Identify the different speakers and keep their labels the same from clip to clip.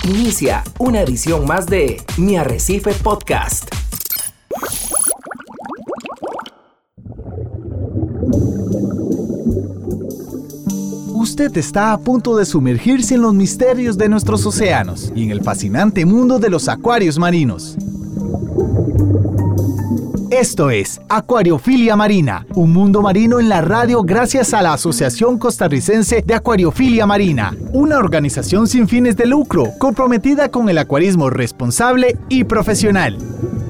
Speaker 1: Inicia una edición más de Mi Arrecife Podcast.
Speaker 2: Usted está a punto de sumergirse en los misterios de nuestros océanos y en el fascinante mundo de los acuarios marinos. Esto es Acuariofilia Marina, un mundo marino en la radio gracias a la Asociación Costarricense de Acuariofilia Marina, una organización sin fines de lucro comprometida con el acuarismo responsable y profesional.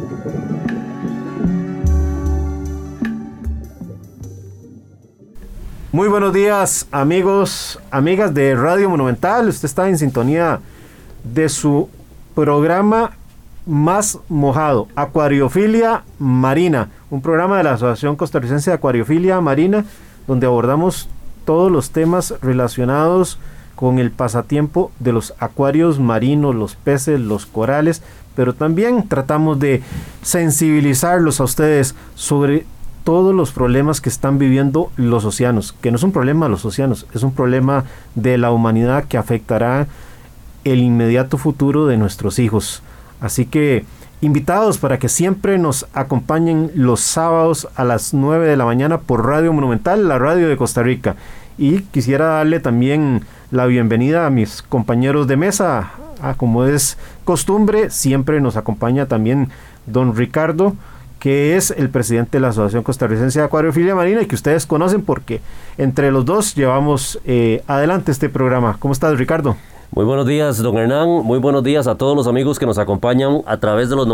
Speaker 3: Muy buenos días, amigos, amigas de Radio Monumental. Usted está en sintonía de su programa más mojado, Acuariofilia Marina, un programa de la Asociación Costarricense de Acuariofilia Marina, donde abordamos todos los temas relacionados con el pasatiempo de los acuarios marinos, los peces, los corales, pero también tratamos de sensibilizarlos a ustedes sobre todos los problemas que están viviendo los océanos, que no es un problema de los océanos, es un problema de la humanidad que afectará el inmediato futuro de nuestros hijos. Así que invitados para que siempre nos acompañen los sábados a las 9 de la mañana por Radio Monumental, la radio de Costa Rica. Y quisiera darle también la bienvenida a mis compañeros de mesa. Como es costumbre, siempre nos acompaña también don Ricardo, que es el presidente de la Asociación Costarricense de Acuariofilia Marina y que ustedes conocen porque entre los dos llevamos adelante este programa. ¿Cómo estás, Ricardo?
Speaker 4: Muy buenos días, don Hernán. Muy buenos días a todos los amigos que nos acompañan a través de los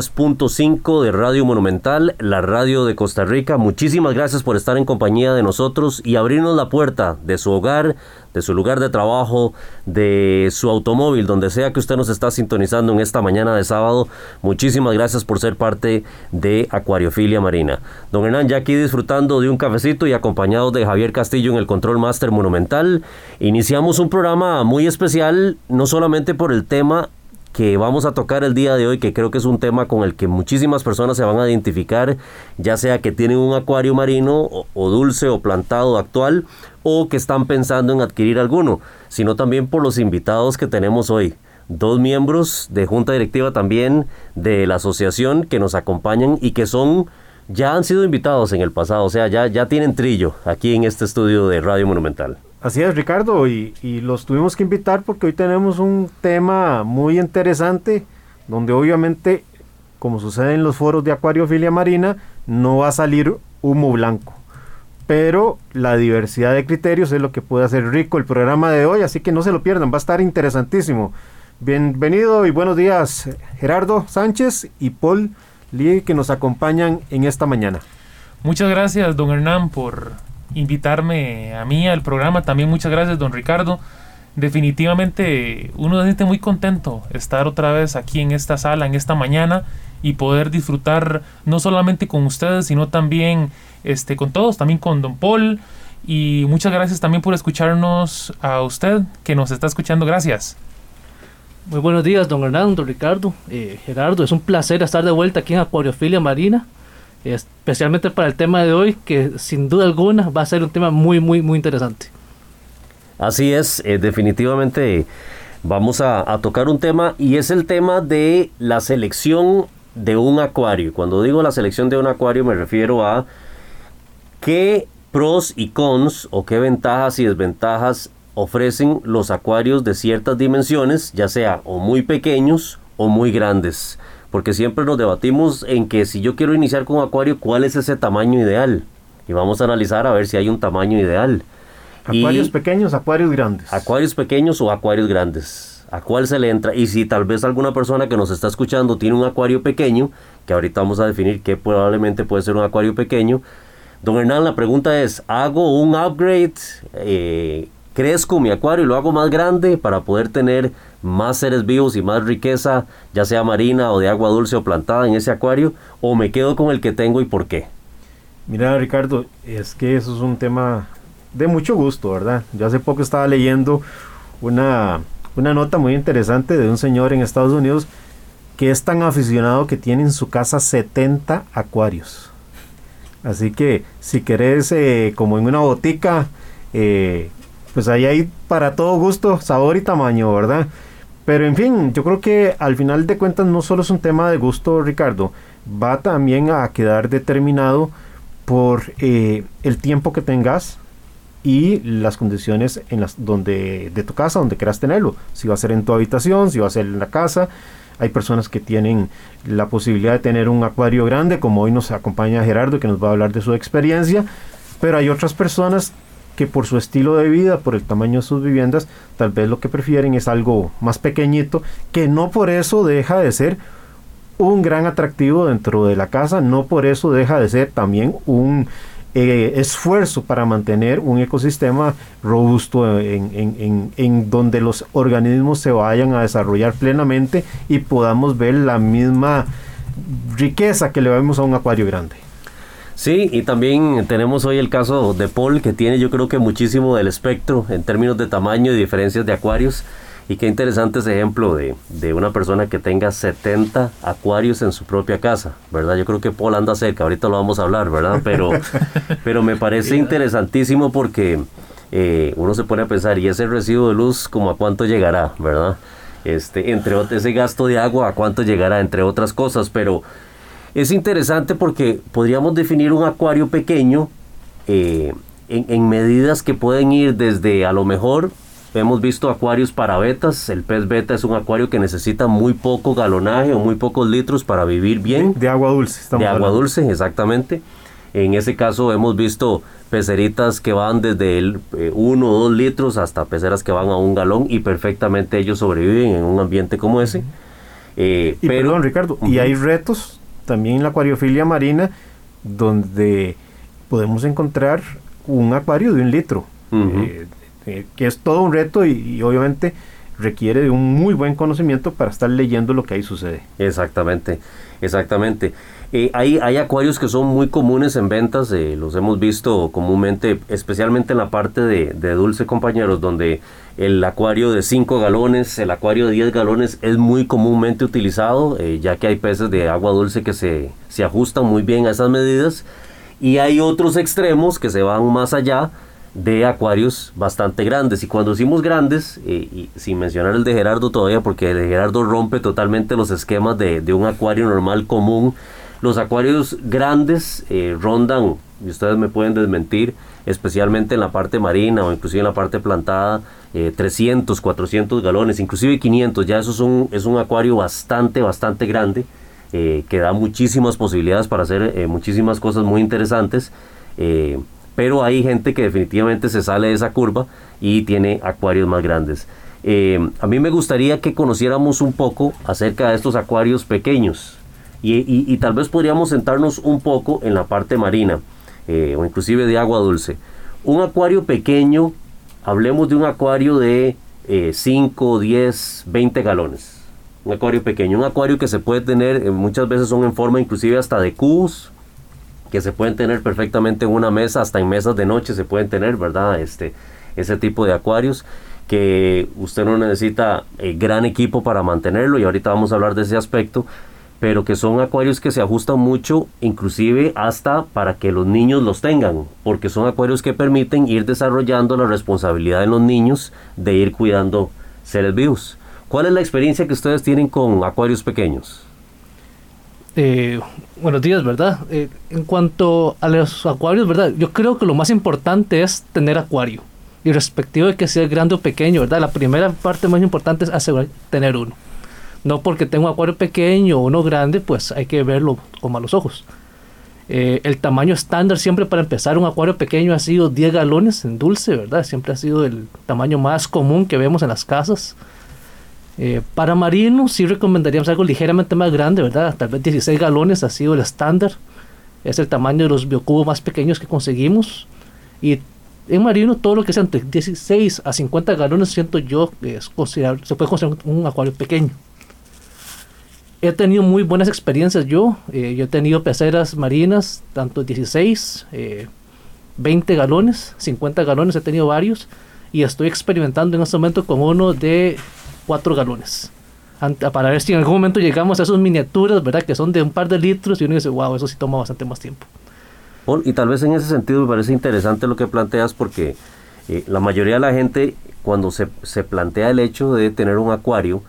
Speaker 4: 93.5 de Radio Monumental, la radio de Costa Rica. Muchísimas gracias por estar en compañía de nosotros y abrirnos la puerta de su hogar, de su lugar de trabajo, de su automóvil, donde sea que usted nos está sintonizando en esta mañana de sábado. Muchísimas gracias por ser parte de Acuariofilia Marina. Don Hernán, ya aquí disfrutando de un cafecito y acompañado de Javier Castillo en el Control Master Monumental, iniciamos un programa muy especial, no solamente por el tema que vamos a tocar el día de hoy, que creo que es un tema con el que muchísimas personas se van a identificar, ya sea que tienen un acuario marino o dulce o plantado actual, o que están pensando en adquirir alguno, sino también por los invitados que tenemos hoy. Dos miembros de junta directiva también de la asociación que nos acompañan y que ya han sido invitados en el pasado, o sea, ya tienen trillo aquí en este estudio de Radio Monumental.
Speaker 3: Así es, Ricardo, y los tuvimos que invitar porque hoy tenemos un tema muy interesante, donde obviamente, como sucede en los foros de Acuariofilia Marina, no va a salir humo blanco. Pero la diversidad de criterios es lo que puede hacer rico el programa de hoy, así que no se lo pierdan, va a estar interesantísimo. Bienvenido y buenos días, Gerardo Sánchez y Paul Lee, que nos acompañan en esta mañana.
Speaker 5: Muchas gracias, don Hernán, por invitarme a mí al programa. También muchas gracias, don Ricardo. Definitivamente uno se siente muy contento estar otra vez aquí en esta sala, en esta mañana, y poder disfrutar no solamente con ustedes, sino también con todos, también con don Paul. Y muchas gracias también por escucharnos a usted que nos está escuchando. Gracias.
Speaker 6: Muy buenos días, don Hernán, don Ricardo, Gerardo. Es un placer estar de vuelta aquí en Acuariofilia Marina, especialmente para el tema de hoy, que sin duda alguna va a ser un tema muy, muy, muy interesante.
Speaker 4: Así es, definitivamente vamos a tocar un tema, y es el tema de la selección de un acuario. Cuando digo la selección de un acuario me refiero a qué pros y cons o qué ventajas y desventajas ofrecen los acuarios de ciertas dimensiones, ya sea o muy pequeños o muy grandes, porque siempre nos debatimos en que si yo quiero iniciar con un acuario, ¿cuál es ese tamaño ideal? Y vamos a analizar a ver si hay un tamaño ideal.
Speaker 3: Acuarios pequeños, acuarios grandes.
Speaker 4: Acuarios pequeños o acuarios grandes. ¿A cuál se le entra? Y si tal vez alguna persona que nos está escuchando tiene un acuario pequeño, que ahorita vamos a definir qué probablemente puede ser un acuario pequeño. Don Hernán, la pregunta es, ¿hago un upgrade? ¿Crezco mi acuario y lo hago más grande para poder tener más seres vivos y más riqueza, ya sea marina o de agua dulce o plantada en ese acuario? ¿O me quedo con el que tengo y por qué?
Speaker 3: Mira, Ricardo, es que eso es un tema de mucho gusto, ¿verdad? Yo hace poco estaba leyendo una nota muy interesante de un señor en Estados Unidos que es tan aficionado que tiene en su casa 70 acuarios. Así que si querés, como en una botica, pues ahí hay para todo gusto, sabor y tamaño, ¿verdad? Pero en fin, yo creo que al final de cuentas no solo es un tema de gusto, Ricardo, va también a quedar determinado por el tiempo que tengas y las condiciones de tu casa, donde quieras tenerlo. Si va a ser en tu habitación, si va a ser en la casa. Hay personas que tienen la posibilidad de tener un acuario grande, como hoy nos acompaña Gerardo, que nos va a hablar de su experiencia, pero hay otras personas que por su estilo de vida, por el tamaño de sus viviendas, tal vez lo que prefieren es algo más pequeñito, que no por eso deja de ser un gran atractivo dentro de la casa, no por eso deja de ser también un esfuerzo para mantener un ecosistema robusto en donde los organismos se vayan a desarrollar plenamente y podamos ver la misma riqueza que le vemos a un acuario grande.
Speaker 4: Sí, y también tenemos hoy el caso de Paul, que tiene yo creo que muchísimo del espectro en términos de tamaño y diferencias de acuarios. Y qué interesante ese ejemplo de una persona que tenga 70 acuarios en su propia casa, ¿verdad? Yo creo que Paul anda cerca, ahorita lo vamos a hablar, ¿verdad? Pero me parece interesantísimo porque uno se pone a pensar, ¿y ese residuo de luz como a cuánto llegará, verdad? Ese gasto de agua a cuánto llegará, entre otras cosas, pero es interesante porque podríamos definir un acuario pequeño en medidas que pueden ir desde, a lo mejor, hemos visto acuarios para betas. El pez beta es un acuario que necesita muy poco galonaje o muy pocos litros para vivir bien.
Speaker 3: De agua dulce.
Speaker 4: Agua dulce, exactamente. En ese caso hemos visto peceritas que van desde el 1 o 2 litros hasta peceras que van a 1 galón y perfectamente ellos sobreviven en un ambiente como ese.
Speaker 3: Perdón, Ricardo, y hay retos también en la acuariofilia marina donde podemos encontrar un acuario de 1 litro. Que es todo un reto y obviamente requiere de un muy buen conocimiento para estar leyendo lo que ahí sucede.
Speaker 4: Exactamente. Hay acuarios que son muy comunes en ventas, los hemos visto comúnmente, especialmente en la parte de dulce, compañeros, donde el acuario de 5 galones, el acuario de 10 galones es muy comúnmente utilizado, ya que hay peces de agua dulce que se ajustan muy bien a esas medidas, y hay otros extremos que se van más allá, de acuarios bastante grandes. Y cuando decimos grandes, y sin mencionar el de Gerardo todavía, porque el de Gerardo rompe totalmente los esquemas de un acuario normal común, los acuarios grandes rondan, y ustedes me pueden desmentir, especialmente en la parte marina o inclusive en la parte plantada, 300, 400 galones, inclusive 500, ya eso es un acuario bastante grande, que da muchísimas posibilidades para hacer muchísimas cosas muy interesantes, pero hay gente que definitivamente se sale de esa curva y tiene acuarios más grandes. A mí me gustaría que conociéramos un poco acerca de estos acuarios pequeños y tal vez podríamos sentarnos un poco en la parte marina o inclusive de agua dulce. Un acuario pequeño, hablemos de un acuario de 5, 10, 20 galones. Un acuario pequeño, un acuario que se puede tener, muchas veces son en forma inclusive hasta de cubos, que se pueden tener perfectamente en una mesa, hasta en mesas de noche se pueden tener, ¿verdad? Ese tipo de acuarios que usted no necesita gran equipo para mantenerlo, y ahorita vamos a hablar de ese aspecto, pero que son acuarios que se ajustan mucho, inclusive hasta para que los niños los tengan, porque son acuarios que permiten ir desarrollando la responsabilidad en los niños de ir cuidando seres vivos. ¿Cuál es la experiencia que ustedes tienen con acuarios pequeños?
Speaker 6: Buenos días, ¿verdad? En cuanto a los acuarios, ¿verdad? Yo creo que lo más importante es tener acuario, y respectivo de que sea grande o pequeño, ¿verdad? La primera parte más importante es asegurar tener uno. No porque tenga un acuario pequeño o uno grande, pues hay que verlo con malos ojos. El tamaño estándar siempre para empezar un acuario pequeño ha sido 10 galones en dulce, ¿verdad? Siempre ha sido el tamaño más común que vemos en las casas. Para marinos sí recomendaríamos algo ligeramente más grande, ¿verdad? Tal vez 16 galones ha sido el estándar. Es el tamaño de los biocubos más pequeños que conseguimos. Y en marino todo lo que sea entre 16 a 50 galones, siento yo, es considerable, se puede considerar un acuario pequeño. He tenido muy buenas experiencias yo he tenido peceras marinas, tanto 16, 20 galones, 50 galones, he tenido varios. Y estoy experimentando en este momento con uno de 4 galones. Para ver si en algún momento llegamos a esas miniaturas, ¿verdad? Que son de un par de litros y uno dice, wow, eso sí toma bastante más tiempo.
Speaker 4: Y tal vez en ese sentido me parece interesante lo que planteas, porque la mayoría de la gente, cuando se plantea el hecho de tener un acuario,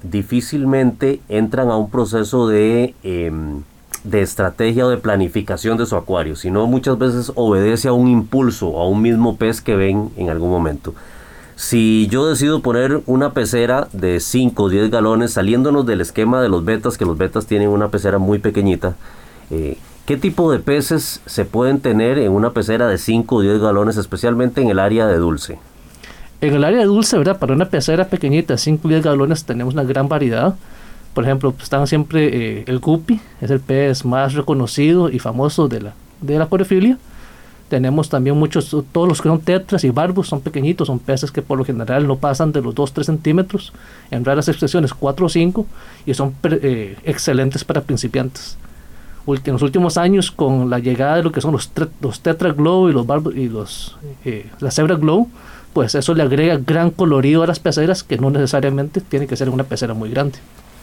Speaker 4: difícilmente entran a un proceso de estrategia o de planificación de su acuario, sino muchas veces obedece a un impulso, a un mismo pez que ven en algún momento. Si yo decido poner una pecera de 5 o 10 galones, saliéndonos del esquema de los betas, que los betas tienen una pecera muy pequeñita, ¿qué tipo de peces se pueden tener en una pecera de 5 o 10 galones, especialmente en el área de dulce?
Speaker 6: En el área de dulce, ¿verdad? Para una pecera pequeñita, 5 o 10 galones, tenemos una gran variedad. Por ejemplo, están siempre el guppy, es el pez más reconocido y famoso de la acuariofilia. Tenemos también todos los que son tetras y barbos, son pequeñitos, son peces que por lo general no pasan de los 2-3 centímetros, en raras excepciones 4 o 5, y son excelentes para principiantes. En los últimos años, con la llegada de lo que son los tetra glow y los barbos y la zebra glow, pues eso le agrega gran colorido a las peceras, que no necesariamente tiene que ser una pecera muy grande.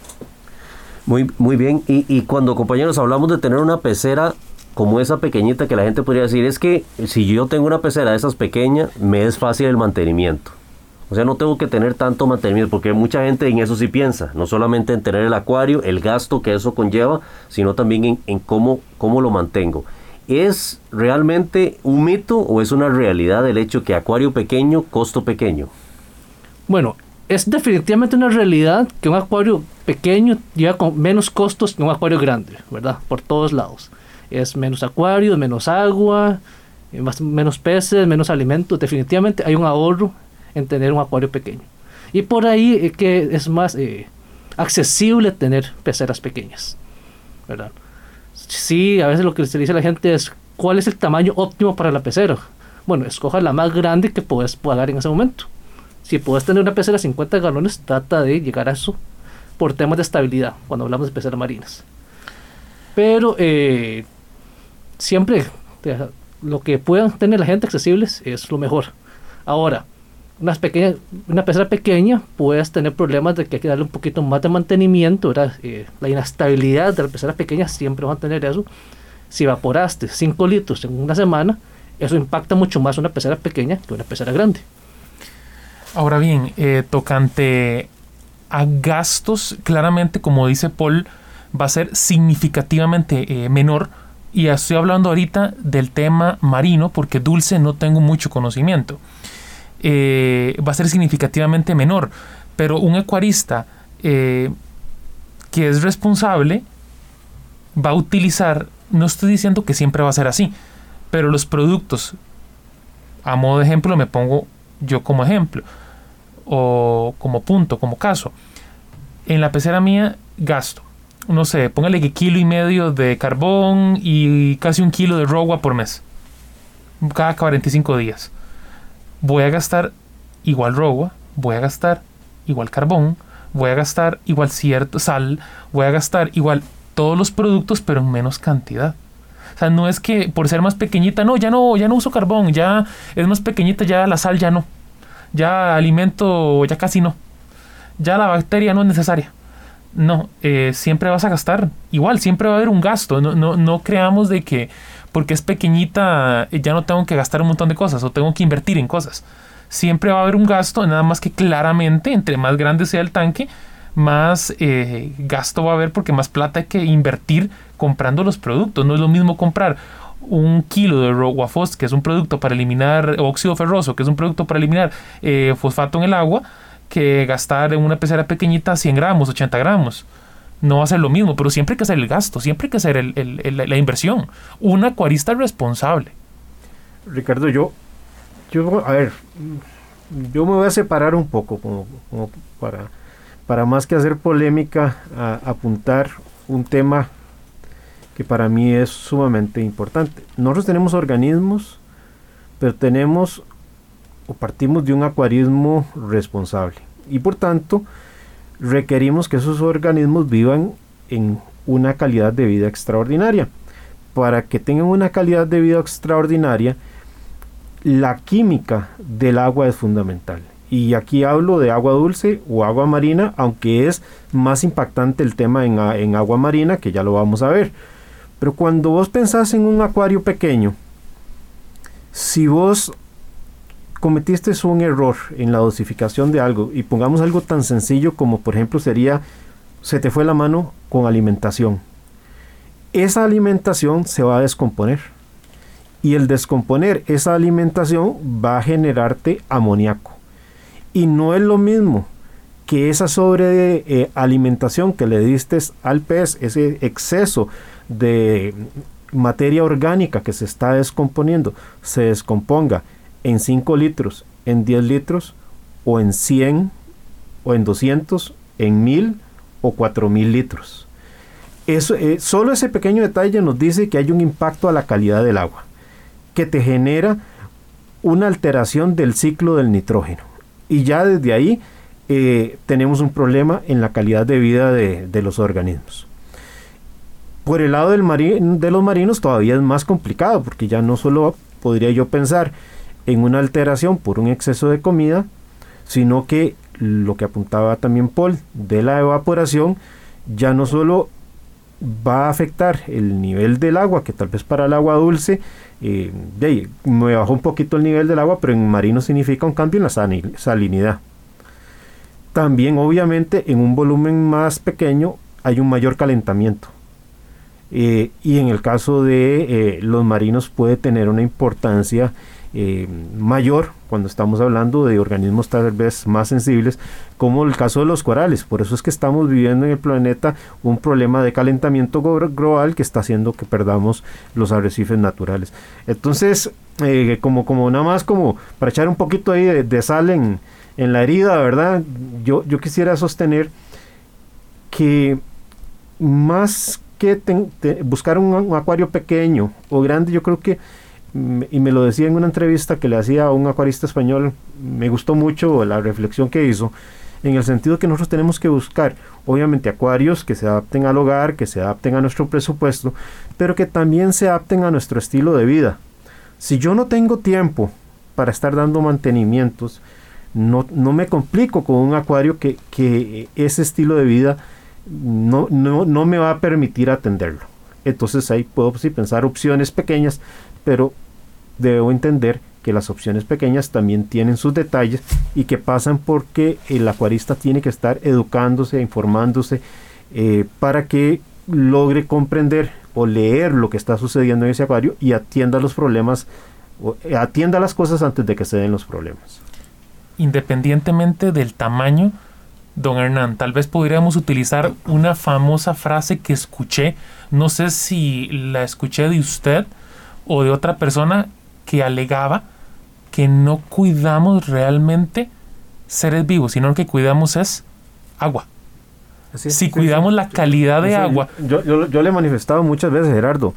Speaker 4: Muy bien, y cuando, compañeros, hablamos de tener una pecera como esa pequeñita, que la gente podría decir, es que si yo tengo una pecera de esas pequeñas, me es fácil el mantenimiento. O sea, no tengo que tener tanto mantenimiento, porque mucha gente en eso sí piensa, no solamente en tener el acuario, el gasto que eso conlleva, sino también en cómo lo mantengo. ¿Es realmente un mito o es una realidad el hecho que acuario pequeño, costo pequeño?
Speaker 6: Bueno, es definitivamente una realidad que un acuario pequeño lleva con menos costos que un acuario grande, ¿verdad? Por todos lados. Es menos acuario, menos agua, menos peces, menos alimentos. Definitivamente hay un ahorro en tener un acuario pequeño. Y por ahí que es más accesible tener peceras pequeñas, ¿verdad? Sí, a veces lo que se dice a la gente es, ¿cuál es el tamaño óptimo para la pecera? Bueno, escoja la más grande que puedes pagar en ese momento. Si puedes tener una pecera de 50 galones, trata de llegar a eso por temas de estabilidad, cuando hablamos de peceras marinas. Pero siempre lo que puedan tener la gente accesibles es lo mejor. Ahora, una pecera pequeña, puedes tener problemas de que hay que darle un poquito más de mantenimiento, ¿verdad? La inestabilidad de las peceras pequeñas siempre van a tener eso. Si evaporaste 5 litros en una semana, eso impacta mucho más una pecera pequeña que una pecera grande.
Speaker 5: Ahora bien, tocante a gastos, claramente, como dice Paul, va a ser significativamente menor. Y estoy hablando ahorita del tema marino, porque dulce no tengo mucho conocimiento. Va a ser significativamente menor, pero un acuarista que es responsable va a utilizar, no estoy diciendo que siempre va a ser así, pero los productos, a modo de ejemplo, me pongo yo como ejemplo o como punto, como caso. En la pecera mía gasto, no sé, póngale que 1,5 kilos de carbón y casi 1 kilo de rogua por mes, cada 45 días. Voy a gastar igual rogua, voy a gastar igual carbón, voy a gastar igual sal, voy a gastar igual todos los productos, pero en menos cantidad. O sea, no es que por ser más pequeñita, no, ya no uso carbón, ya es más pequeñita, ya la sal ya no, ya alimento ya casi no, ya la bacteria no es necesaria. No, siempre vas a gastar igual, siempre va a haber un gasto. No creamos de que porque es pequeñita ya no tengo que gastar un montón de cosas o tengo que invertir en cosas. Siempre va a haber un gasto, nada más que claramente entre más grande sea el tanque, más gasto va a haber, porque más plata hay que invertir comprando los productos. No es lo mismo comprar 1 kilo de Roguafos, que es un producto para eliminar óxido ferroso, que es un producto para eliminar fosfato en el agua, que gastar en una pecera pequeñita 100 gramos, 80 gramos. No va a ser lo mismo, pero siempre hay que hacer el gasto, siempre hay que hacer la inversión. Un acuarista responsable.
Speaker 3: Ricardo, yo me voy a separar un poco, como para más que hacer polémica, a apuntar un tema que para mí es sumamente importante. Nosotros tenemos organismos, pero partimos de un acuarismo responsable, y por tanto requerimos que esos organismos vivan en una calidad de vida extraordinaria. Para que tengan una calidad de vida extraordinaria, la química del agua es fundamental, y aquí hablo de agua dulce o agua marina, aunque es más impactante el tema en agua marina, que ya lo vamos a ver. Pero cuando vos pensás en un acuario pequeño, si vos cometiste un error en la dosificación de algo, y pongamos algo tan sencillo como por ejemplo sería, se te fue la mano con alimentación. Esa alimentación se va a descomponer, y el descomponer esa alimentación va a generarte amoníaco, y no es lo mismo que esa alimentación que le diste al pez, ese exceso de materia orgánica que se está descomponiendo, se descomponga en 5 litros, en 10 litros, o en 100, o en 200, en 1000 o 4000 litros. Eso, solo ese pequeño detalle nos dice que hay un impacto a la calidad del agua, que te genera una alteración del ciclo del nitrógeno, y ya desde ahí tenemos un problema en la calidad de vida de los organismos. Por el lado de los marinos todavía es más complicado, porque ya no solo podría yo pensar en una alteración por un exceso de comida, sino que lo que apuntaba también Paul de la evaporación, ya no solo va a afectar el nivel del agua, que tal vez para el agua dulce me bajó un poquito el nivel del agua, pero en marino significa un cambio en la salinidad. También obviamente en un volumen más pequeño hay un mayor calentamiento, y en el caso de los marinos puede tener una importancia mayor cuando estamos hablando de organismos tal vez más sensibles, como el caso de los corales. Por eso es que estamos viviendo en el planeta un problema de calentamiento global que está haciendo que perdamos los arrecifes naturales. Entonces, como nada más como para echar un poquito ahí de sal en la herida, ¿verdad? Yo quisiera sostener que más que buscar un acuario pequeño o grande, yo creo que, y me lo decía en una entrevista que le hacía a un acuarista español, me gustó mucho la reflexión que hizo, en el sentido que nosotros tenemos que buscar, obviamente, acuarios que se adapten al hogar, que se adapten a nuestro presupuesto, pero que también se adapten a nuestro estilo de vida. Si yo no tengo tiempo para estar dando mantenimientos, no me complico con un acuario que ese estilo de vida no me va a permitir atenderlo. Entonces ahí puedo sí pensar opciones pequeñas, pero debo entender que las opciones pequeñas también tienen sus detalles y que pasan porque el acuarista tiene que estar educándose, informándose, para que logre comprender o leer lo que está sucediendo en ese acuario y atienda los problemas, o atienda las cosas antes de que se den los problemas.
Speaker 5: Independientemente del tamaño, don Hernán, tal vez podríamos utilizar una famosa frase que escuché, no sé si la escuché de usted o de otra persona, que alegaba que no cuidamos realmente seres vivos, sino que cuidamos es agua. Si cuidamos la calidad de agua.
Speaker 3: Yo le he manifestado muchas veces, Gerardo,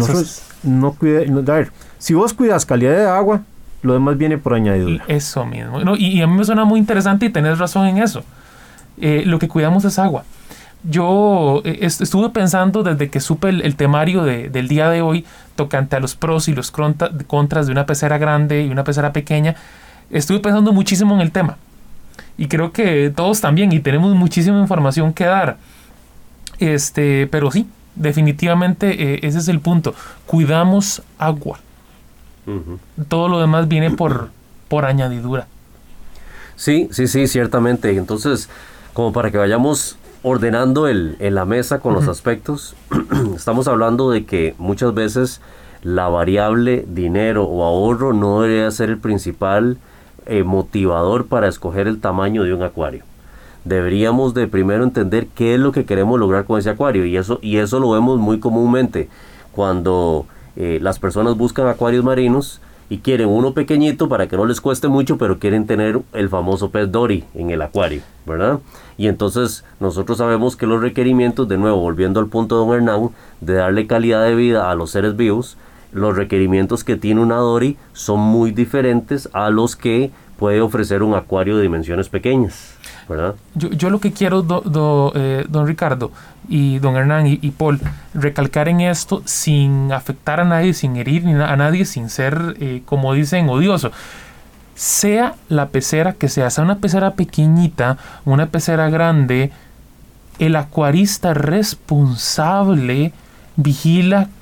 Speaker 3: si vos cuidas calidad de agua, lo demás viene por añadidura.
Speaker 5: Eso mismo. No, y a mí me suena muy interesante y tenés razón en eso. Lo que cuidamos es agua. Yo estuve pensando desde que supe el temario del día de hoy tocante a los pros y los contras de una pecera grande y una pecera pequeña. Estuve pensando muchísimo en el tema. Y creo que todos también, y tenemos muchísima información que dar. Pero sí, definitivamente ese es el punto. Cuidamos agua. Uh-huh. Todo lo demás viene por añadidura.
Speaker 4: Sí, ciertamente. Entonces, como para que vayamos ordenando en la mesa con los aspectos, estamos hablando de que muchas veces la variable dinero o ahorro no debería ser el principal motivador para escoger el tamaño de un acuario. Deberíamos de primero entender qué es lo que queremos lograr con ese acuario, y eso lo vemos muy comúnmente cuando las personas buscan acuarios marinos y quieren uno pequeñito para que no les cueste mucho, pero quieren tener el famoso pez Dory en el acuario, ¿verdad? Y entonces nosotros sabemos que los requerimientos, de nuevo, volviendo al punto de don Hernán, de darle calidad de vida a los seres vivos, los requerimientos que tiene una Dory son muy diferentes a los que puede ofrecer un acuario de dimensiones pequeñas, ¿verdad? Yo
Speaker 5: lo que quiero, don Ricardo y don Hernán y Paul, recalcar en esto sin afectar a nadie, sin herir a nadie, sin ser, como dicen, odioso. Sea la pecera que sea una pecera pequeñita, una pecera grande, el acuarista responsable vigila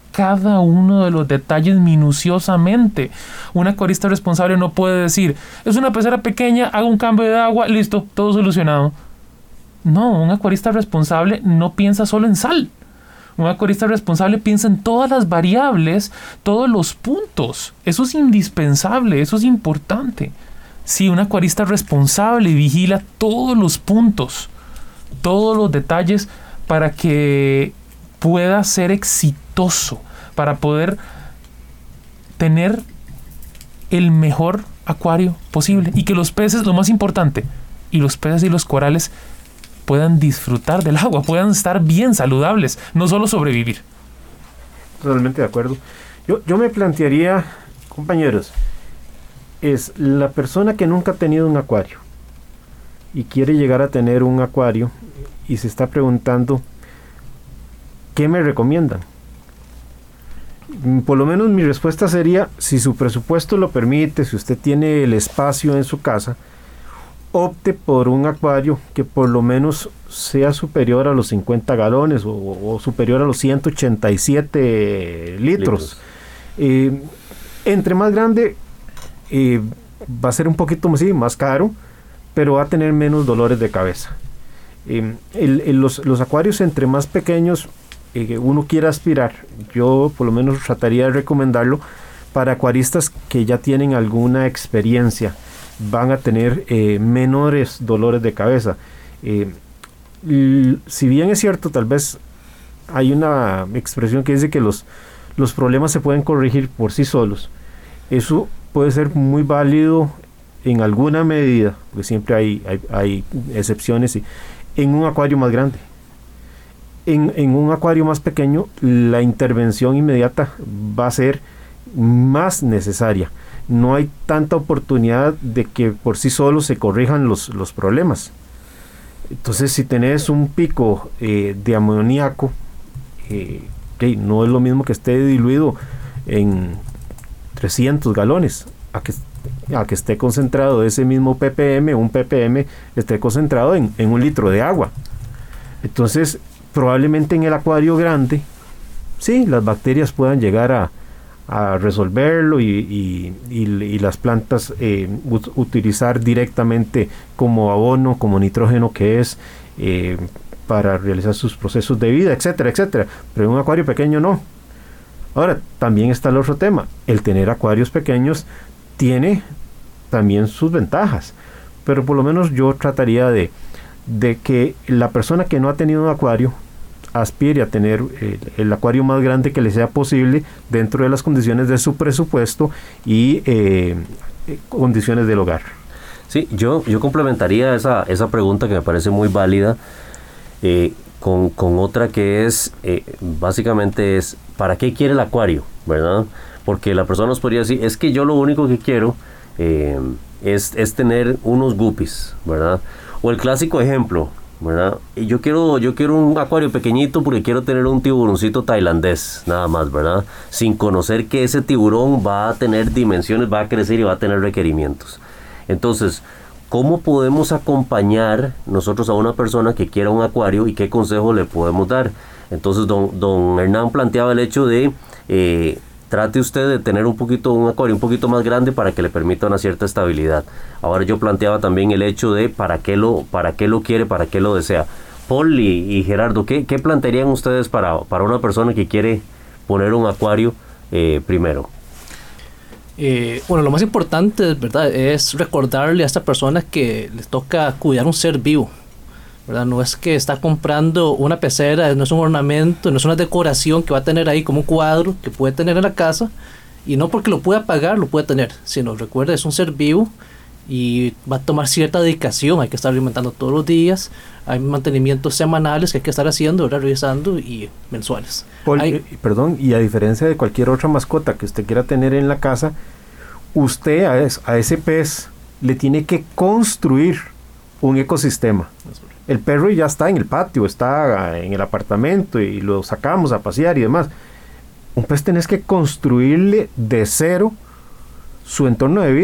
Speaker 5: cada uno de los detalles minuciosamente. Un acuarista responsable no puede decir, es una pecera pequeña, hago un cambio de agua, listo, todo solucionado. No, un acuarista responsable no piensa solo en sal. Un acuarista responsable piensa en todas las variables, todos los puntos. Eso es indispensable, eso es importante. Sí, un acuarista responsable vigila todos los puntos, todos los detalles para que pueda ser exitoso, para poder tener el mejor acuario posible y que los peces, lo más importante, y los peces y los corales puedan disfrutar del agua, puedan estar bien saludables, no solo sobrevivir.
Speaker 3: Totalmente de acuerdo. Yo me plantearía, compañeros, es la persona que nunca ha tenido un acuario y quiere llegar a tener un acuario y se está preguntando, ¿qué me recomiendan? Por lo menos mi respuesta sería, si su presupuesto lo permite, si usted tiene el espacio en su casa, opte por un acuario que por lo menos sea superior a los 50 galones o superior a los 187 litros. Entre más grande va a ser un poquito más caro, pero va a tener menos dolores de cabeza. Los acuarios entre más pequeños uno quiera aspirar, yo por lo menos trataría de recomendarlo para acuaristas que ya tienen alguna experiencia, van a tener menores dolores de cabeza. Si bien es cierto, tal vez hay una expresión que dice que los problemas se pueden corregir por sí solos, eso puede ser muy válido en alguna medida, porque siempre hay excepciones, en un acuario más grande. En un acuario más pequeño, la intervención inmediata va a ser más necesaria. No hay tanta oportunidad de que por sí solos se corrijan los problemas. Entonces, si tenés un pico de amoníaco, no es lo mismo que esté diluido en 300 galones a que esté concentrado ese mismo ppm, un ppm esté concentrado en 1 litro de agua. Entonces, probablemente en el acuario grande, sí, las bacterias puedan llegar a resolverlo y las plantas utilizar directamente como abono, como nitrógeno que es para realizar sus procesos de vida, etcétera, etcétera. Pero en un acuario pequeño no. Ahora, también está el otro tema. El tener acuarios pequeños tiene también sus ventajas, pero por lo menos yo trataría de que la persona que no ha tenido un acuario aspire a tener el acuario más grande que le sea posible dentro de las condiciones de su presupuesto y condiciones del hogar.
Speaker 4: Sí, yo complementaría esa pregunta que me parece muy válida con otra que es, básicamente es, ¿para qué quiere el acuario? ¿Verdad? Porque la persona nos podría decir, es que yo lo único que quiero es tener unos guppies, ¿verdad? O el clásico ejemplo, ¿verdad? Yo quiero un acuario pequeñito porque quiero tener un tiburoncito tailandés, nada más, ¿verdad? Sin conocer que ese tiburón va a tener dimensiones, va a crecer y va a tener requerimientos. Entonces, ¿cómo podemos acompañar nosotros a una persona que quiera un acuario y qué consejo le podemos dar? Entonces, don Hernán planteaba el hecho de trate usted de tener un acuario un poquito más grande para que le permita una cierta estabilidad. Ahora yo planteaba también el hecho de para qué lo quiere, para qué lo desea. Paul y Gerardo, ¿qué plantearían ustedes para una persona que quiere poner un acuario primero?
Speaker 6: Bueno, lo más importante, ¿verdad?, es recordarle a esta persona que les toca cuidar un ser vivo, ¿verdad? No es que está comprando una pecera, no es un ornamento, no es una decoración que va a tener ahí como un cuadro que puede tener en la casa, y no porque lo pueda pagar, lo puede tener, sino recuerda, es un ser vivo y va a tomar cierta dedicación, hay que estar alimentando todos los días, hay mantenimientos semanales que hay que estar haciendo, ¿verdad?, revisando, y mensuales.
Speaker 3: Paul, y a diferencia de cualquier otra mascota que usted quiera tener en la casa, usted a ese pez le tiene que construir un ecosistema. El perro ya está en el patio, está en el apartamento y lo sacamos a pasear y demás. Un pez tenés que construirle de cero su entorno de vida.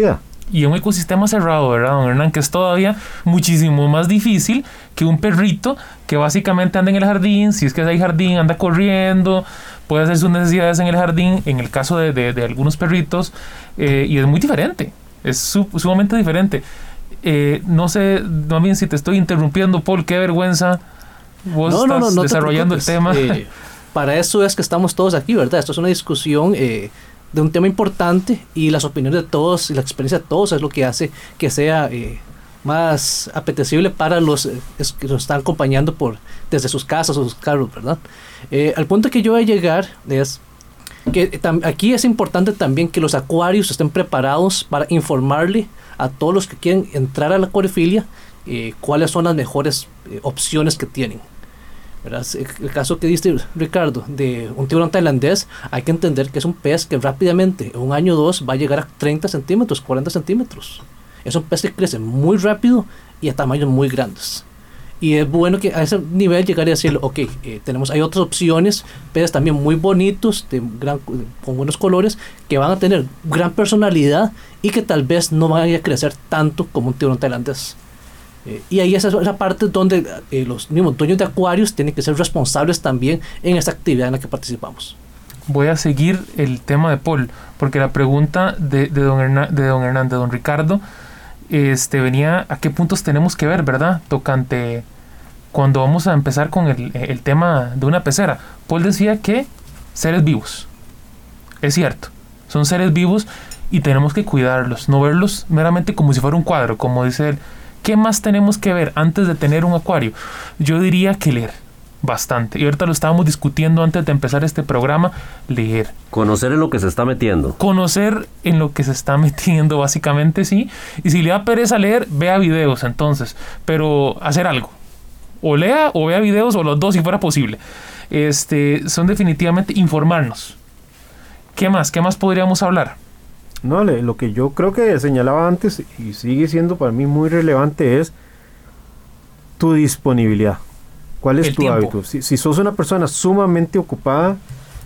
Speaker 5: y un ecosistema cerrado, ¿verdad, don Hernán? Que es todavía muchísimo más difícil que un perrito que básicamente anda en el jardín, si es que hay jardín, anda corriendo, puede hacer sus necesidades en el jardín, en el caso de algunos perritos, y es muy diferente, es sumamente diferente. No sé, más bien si te estoy interrumpiendo, Paul, qué vergüenza, vos estás desarrollando el tema.
Speaker 6: Para eso es que estamos todos aquí, ¿verdad? Esto es una discusión de un tema importante, y las opiniones de todos y la experiencia de todos es lo que hace que sea más apetecible para los que nos están acompañando desde sus casas o sus carros, ¿verdad? Al punto que yo voy a llegar es que aquí es importante también que los acuarios estén preparados para informarle a todos los que quieren entrar a la acuariofilia cuáles son las mejores opciones que tienen, ¿verdad? El caso que diste, Ricardo, de un tiburón tailandés, hay que entender que es un pez que rápidamente, en un año o dos, va a llegar a 30 centímetros, 40 centímetros. Es un pez que crece muy rápido y a tamaños muy grandes. Y es bueno que a ese nivel llegar y decirle, ok, hay otras opciones, peces también muy bonitos, con buenos colores, que van a tener gran personalidad y que tal vez no van a crecer tanto como un tiburón tailandés. Y ahí esa es la parte donde los mismos dueños de acuarios tienen que ser responsables también en esta actividad en la que participamos.
Speaker 5: Voy a seguir el tema de Paul, porque la pregunta de don Ricardo venía a qué puntos tenemos que ver, ¿verdad? Tocante cuando vamos a empezar con el tema de una pecera. Paul decía que seres vivos, es cierto, son seres vivos y tenemos que cuidarlos, no verlos meramente como si fuera un cuadro, como dice él. ¿Qué más tenemos que ver antes de tener un acuario? Yo diría que leer bastante. Y ahorita lo estábamos discutiendo antes de empezar este programa. Leer.
Speaker 4: Conocer en lo que se está metiendo.
Speaker 5: Conocer en lo que se está metiendo, básicamente, sí. Y si le da pereza leer, vea videos entonces. Pero hacer algo. O lea o vea videos, o los dos si fuera posible. Son definitivamente informarnos. ¿Qué más? ¿Qué más podríamos hablar?
Speaker 3: No, lo que yo creo que señalaba antes y sigue siendo para mí muy relevante es tu disponibilidad. ¿Cuál es tu hábito? Si sos una persona sumamente ocupada,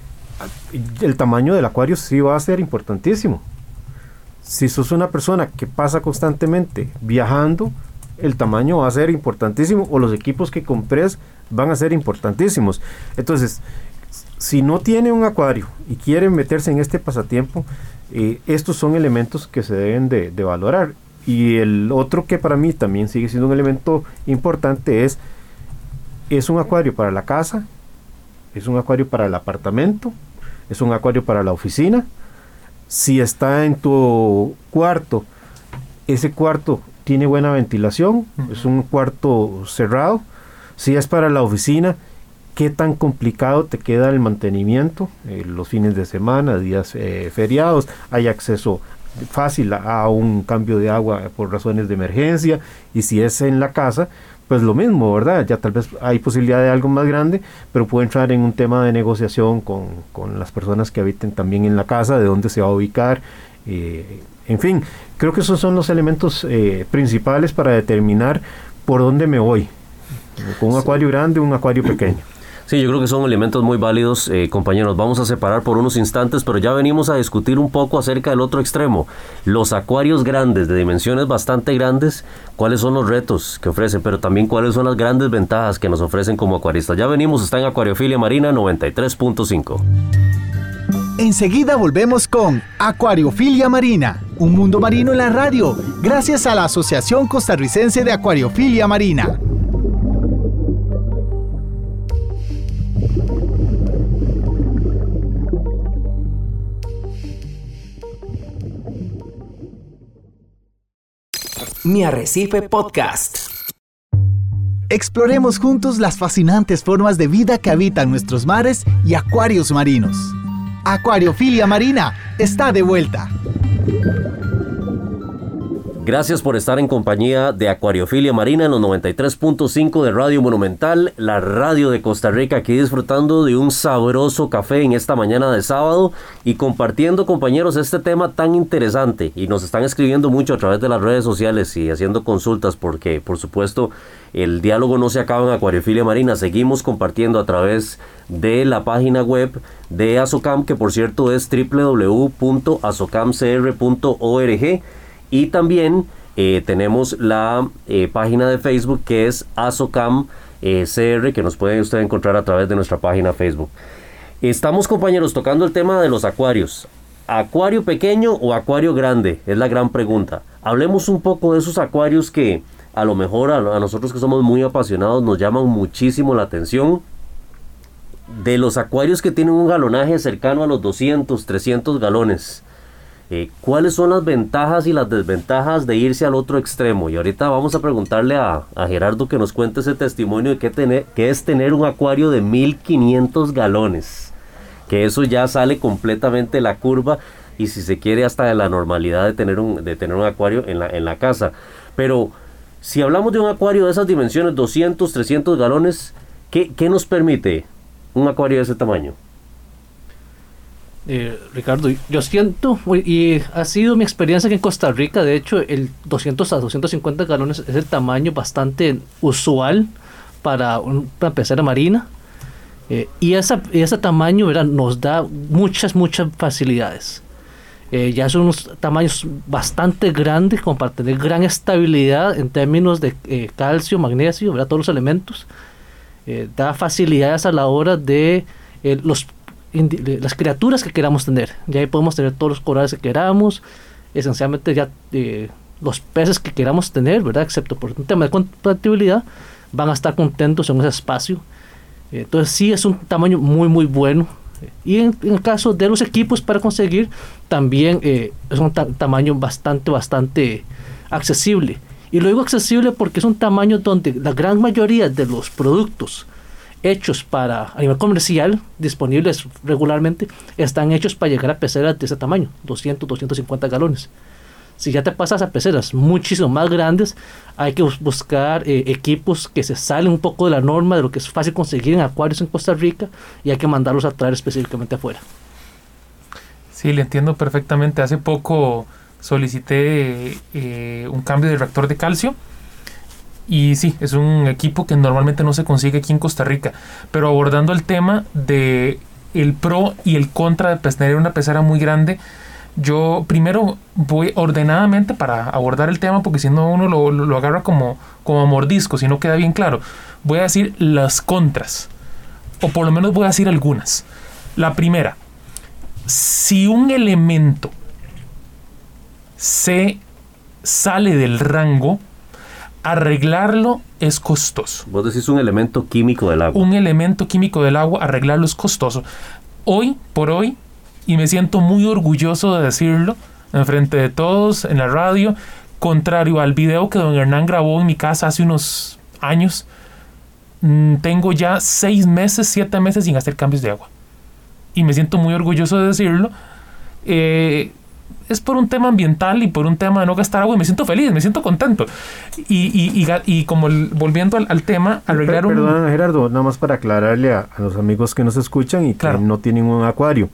Speaker 3: el tamaño del acuario sí va a ser importantísimo. Si sos una persona que pasa constantemente viajando, el tamaño va a ser importantísimo, o los equipos que compres van a ser importantísimos. Entonces, si no tiene un acuario y quiere meterse en este pasatiempo, estos son elementos que se deben de valorar. Y el otro que para mí también sigue siendo un elemento importante es un acuario para la casa, es un acuario para el apartamento, es un acuario para la oficina. Si está en tu cuarto, ese cuarto tiene buena ventilación, es un cuarto cerrado. Si es para la oficina, ¿qué tan complicado te queda el mantenimiento? Los fines de semana, días feriados, hay acceso fácil a un cambio de agua por razones de emergencia. Y si es en la casa, pues lo mismo, ¿verdad? Ya tal vez hay posibilidad de algo más grande, pero puede entrar en un tema de negociación con las personas que habiten también en la casa, de dónde se va a ubicar. En fin, creo que esos son los elementos principales para determinar por dónde me voy. Con un acuario grande o un acuario pequeño.
Speaker 4: Sí, yo creo que son elementos muy válidos, compañeros. Vamos a separar por unos instantes, pero ya venimos a discutir un poco acerca del otro extremo. Los acuarios grandes, de dimensiones bastante grandes, ¿cuáles son los retos que ofrecen? Pero también cuáles son las grandes ventajas que nos ofrecen como acuaristas. Ya venimos, está en Acuariofilia Marina 93.5.
Speaker 2: Enseguida volvemos con Acuariofilia Marina, un mundo marino en la radio, gracias a la Asociación Costarricense de Acuariofilia Marina.
Speaker 1: Mi Arrecife Podcast.
Speaker 2: Exploremos juntos las fascinantes formas de vida que habitan nuestros mares y acuarios marinos. Acuariofilia Marina está de vuelta.
Speaker 4: Gracias por estar en compañía de Acuariofilia Marina en los 93.5 de Radio Monumental, la radio de Costa Rica, aquí disfrutando de un sabroso café en esta mañana de sábado y compartiendo, compañeros, este tema tan interesante. Y nos están escribiendo mucho a través de las redes sociales y haciendo consultas porque, por supuesto, el diálogo no se acaba en Acuariofilia Marina. Seguimos compartiendo a través de la página web de ASOCAM, que por cierto es www.asocamcr.org. Y también tenemos la página de Facebook que es Azocam CR, que nos puede usted encontrar a través de nuestra página Facebook. Estamos, compañeros, tocando el tema de los acuarios. ¿Acuario pequeño o acuario grande? Es la gran pregunta. Hablemos un poco de esos acuarios que a lo mejor a nosotros que somos muy apasionados nos llaman muchísimo la atención. De los acuarios que tienen un galonaje cercano a los 200, 300 galones. ¿Cuáles son las ventajas y las desventajas de irse al otro extremo? Y ahorita vamos a preguntarle a Gerardo que nos cuente ese testimonio de qué es tener un acuario de 1500 galones. Que eso ya sale completamente de la curva y si se quiere hasta de la normalidad de tener un acuario en la casa. Pero si hablamos de un acuario de esas dimensiones, 200, 300 galones, ¿qué nos permite un acuario de ese tamaño?
Speaker 6: Ricardo, yo siento, y ha sido mi experiencia aquí en Costa Rica, de hecho el 200 a 250 galones es el tamaño bastante usual para una pecera marina. Y ese tamaño, ¿verdad?, nos da muchas facilidades. Ya son unos tamaños bastante grandes como para tener gran estabilidad en términos de calcio, magnesio, ¿verdad?, todos los elementos. Da facilidades a la hora de las criaturas que queramos tener. Ya ahí podemos tener todos los corales que queramos, esencialmente ya los peces que queramos tener, ¿verdad?, excepto por un tema de compatibilidad, van a estar contentos en ese espacio. Entonces sí es un tamaño muy bueno, y en el caso de los equipos para conseguir también es un tamaño bastante accesible. Y lo digo accesible porque es un tamaño donde la gran mayoría de los productos hechos a nivel comercial, disponibles regularmente, están hechos para llegar a peceras de ese tamaño, 200, 250 galones. Si ya te pasas a peceras muchísimo más grandes, hay que buscar equipos que se salen un poco de la norma de lo que es fácil conseguir en acuarios en Costa Rica, y hay que mandarlos a traer específicamente afuera.
Speaker 5: Sí, le entiendo perfectamente. Hace poco solicité un cambio de reactor de calcio, y sí, es un equipo que normalmente no se consigue aquí en Costa Rica. Pero abordando el tema de el pro y el contra de tener una pecera muy grande, yo primero voy ordenadamente para abordar el tema, porque si no uno lo agarra como a mordisco, si no queda bien claro. Voy a decir las contras, o por lo menos voy a decir algunas. La primera: si un elemento se sale del rango, arreglarlo es costoso.
Speaker 4: Vos decís un elemento químico del agua.
Speaker 5: Un elemento químico del agua, arreglarlo es costoso. Hoy por hoy, y me siento muy orgulloso de decirlo enfrente de todos en la radio, contrario al video que don Hernán grabó en mi casa hace unos años, tengo ya 6 meses, 7 meses sin hacer cambios de agua. Y me siento muy orgulloso de decirlo. Es por un tema ambiental y por un tema de no gastar agua, y me siento feliz, me siento contento. Y como volviendo al tema, arreglar
Speaker 3: Perdón, Gerardo, nada más para aclararle a los amigos que nos escuchan y que no tienen un acuario.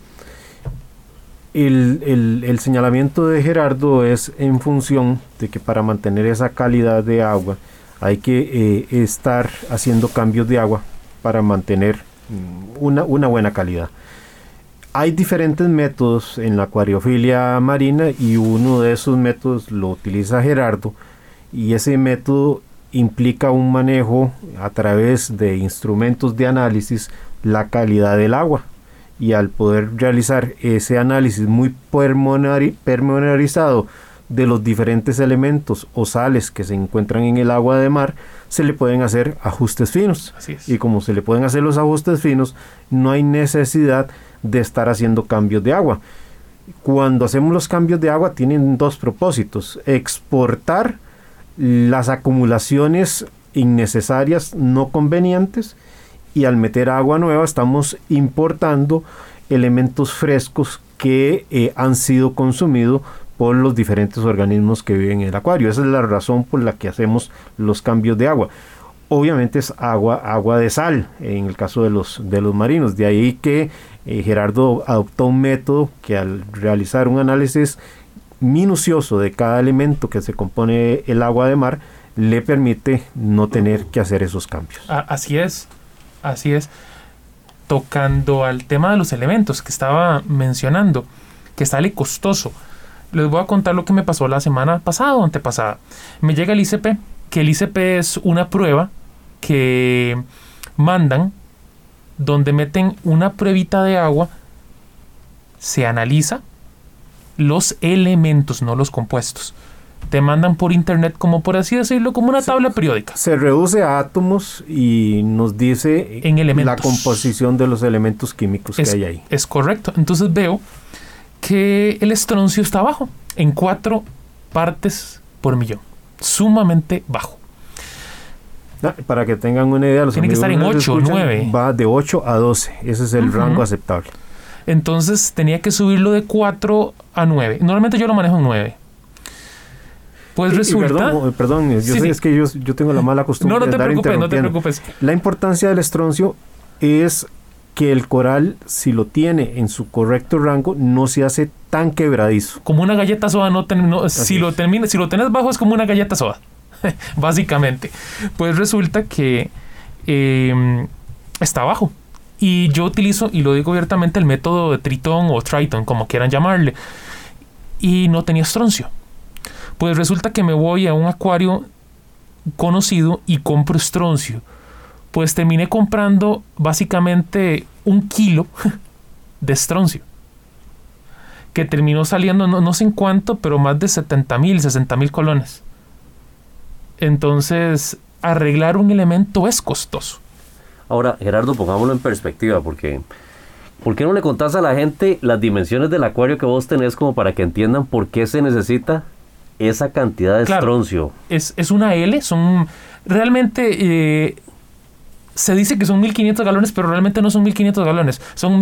Speaker 3: El señalamiento de Gerardo es en función de que para mantener esa calidad de agua hay que estar haciendo cambios de agua para mantener una buena calidad. Hay diferentes métodos en la acuariofilia marina, y uno de esos métodos lo utiliza Gerardo, y ese método implica un manejo a través de instrumentos de análisis la calidad del agua. Y al poder realizar ese análisis muy pormenorizado de los diferentes elementos o sales que se encuentran en el agua de mar, se le pueden hacer ajustes finos.
Speaker 5: Así es.
Speaker 3: Y como se le pueden hacer los ajustes finos, no hay necesidad de estar haciendo cambios de agua. Cuando hacemos los cambios de agua tienen dos propósitos: exportar las acumulaciones innecesarias, no convenientes, y al meter agua nueva estamos importando elementos frescos que han sido consumidos por los diferentes organismos que viven en el acuario. Esa es la razón por la que hacemos los cambios de agua. Obviamente es agua de sal en el caso de los marinos. De ahí que Gerardo adoptó un método que, al realizar un análisis minucioso de cada elemento que se compone el agua de mar, le permite no tener que hacer esos cambios.
Speaker 5: Así es. Tocando al tema de los elementos que estaba mencionando, que sale costoso. les voy a contar lo que me pasó la semana pasada o antepasada. Me llega el ICP, que el ICP es una prueba que mandan donde meten una pruebita de agua, se analiza los elementos, no los compuestos. Te mandan por internet, como por así decirlo, como una tabla periódica.
Speaker 3: Se reduce a átomos y nos dice
Speaker 5: en elementos.
Speaker 3: La composición de los elementos químicos que hay ahí.
Speaker 5: Es correcto. Entonces veo que el estroncio está bajo, en 4 partes por millón. Sumamente bajo.
Speaker 3: Para que tengan una idea,
Speaker 5: tiene que estar en 8, 9.
Speaker 3: Va de 8 a 12. Ese es el rango aceptable.
Speaker 5: Entonces tenía que subirlo de 4 a 9. Normalmente yo lo manejo en 9. Pues resulta...
Speaker 3: Perdón, yo sé, es que yo tengo la mala costumbre de estar interrumpiendo.
Speaker 5: No te preocupes.
Speaker 3: La importancia del estroncio es que el coral, si lo tiene en su correcto rango, no se hace tan quebradizo.
Speaker 5: Como una galleta soda, si lo tenés bajo es como una galleta soda, básicamente. Pues resulta que está bajo. Y yo utilizo, y lo digo abiertamente, el método de Triton o Triton, como quieran llamarle. Y no tenía estroncio. Pues resulta que me voy a un acuario conocido y compro estroncio. Pues terminé comprando básicamente 1 kilo de estroncio. Que terminó saliendo, no sé en cuánto, pero más de 70,000, 60,000 colones. Entonces, arreglar un elemento es costoso.
Speaker 4: Ahora, Gerardo, pongámoslo en perspectiva, porque ¿por qué no le contás a la gente las dimensiones del acuario que vos tenés como para que entiendan por qué se necesita esa cantidad de estroncio?
Speaker 5: Es una L, son realmente se dice que son 1.500 galones, pero realmente no son 1.500 galones, son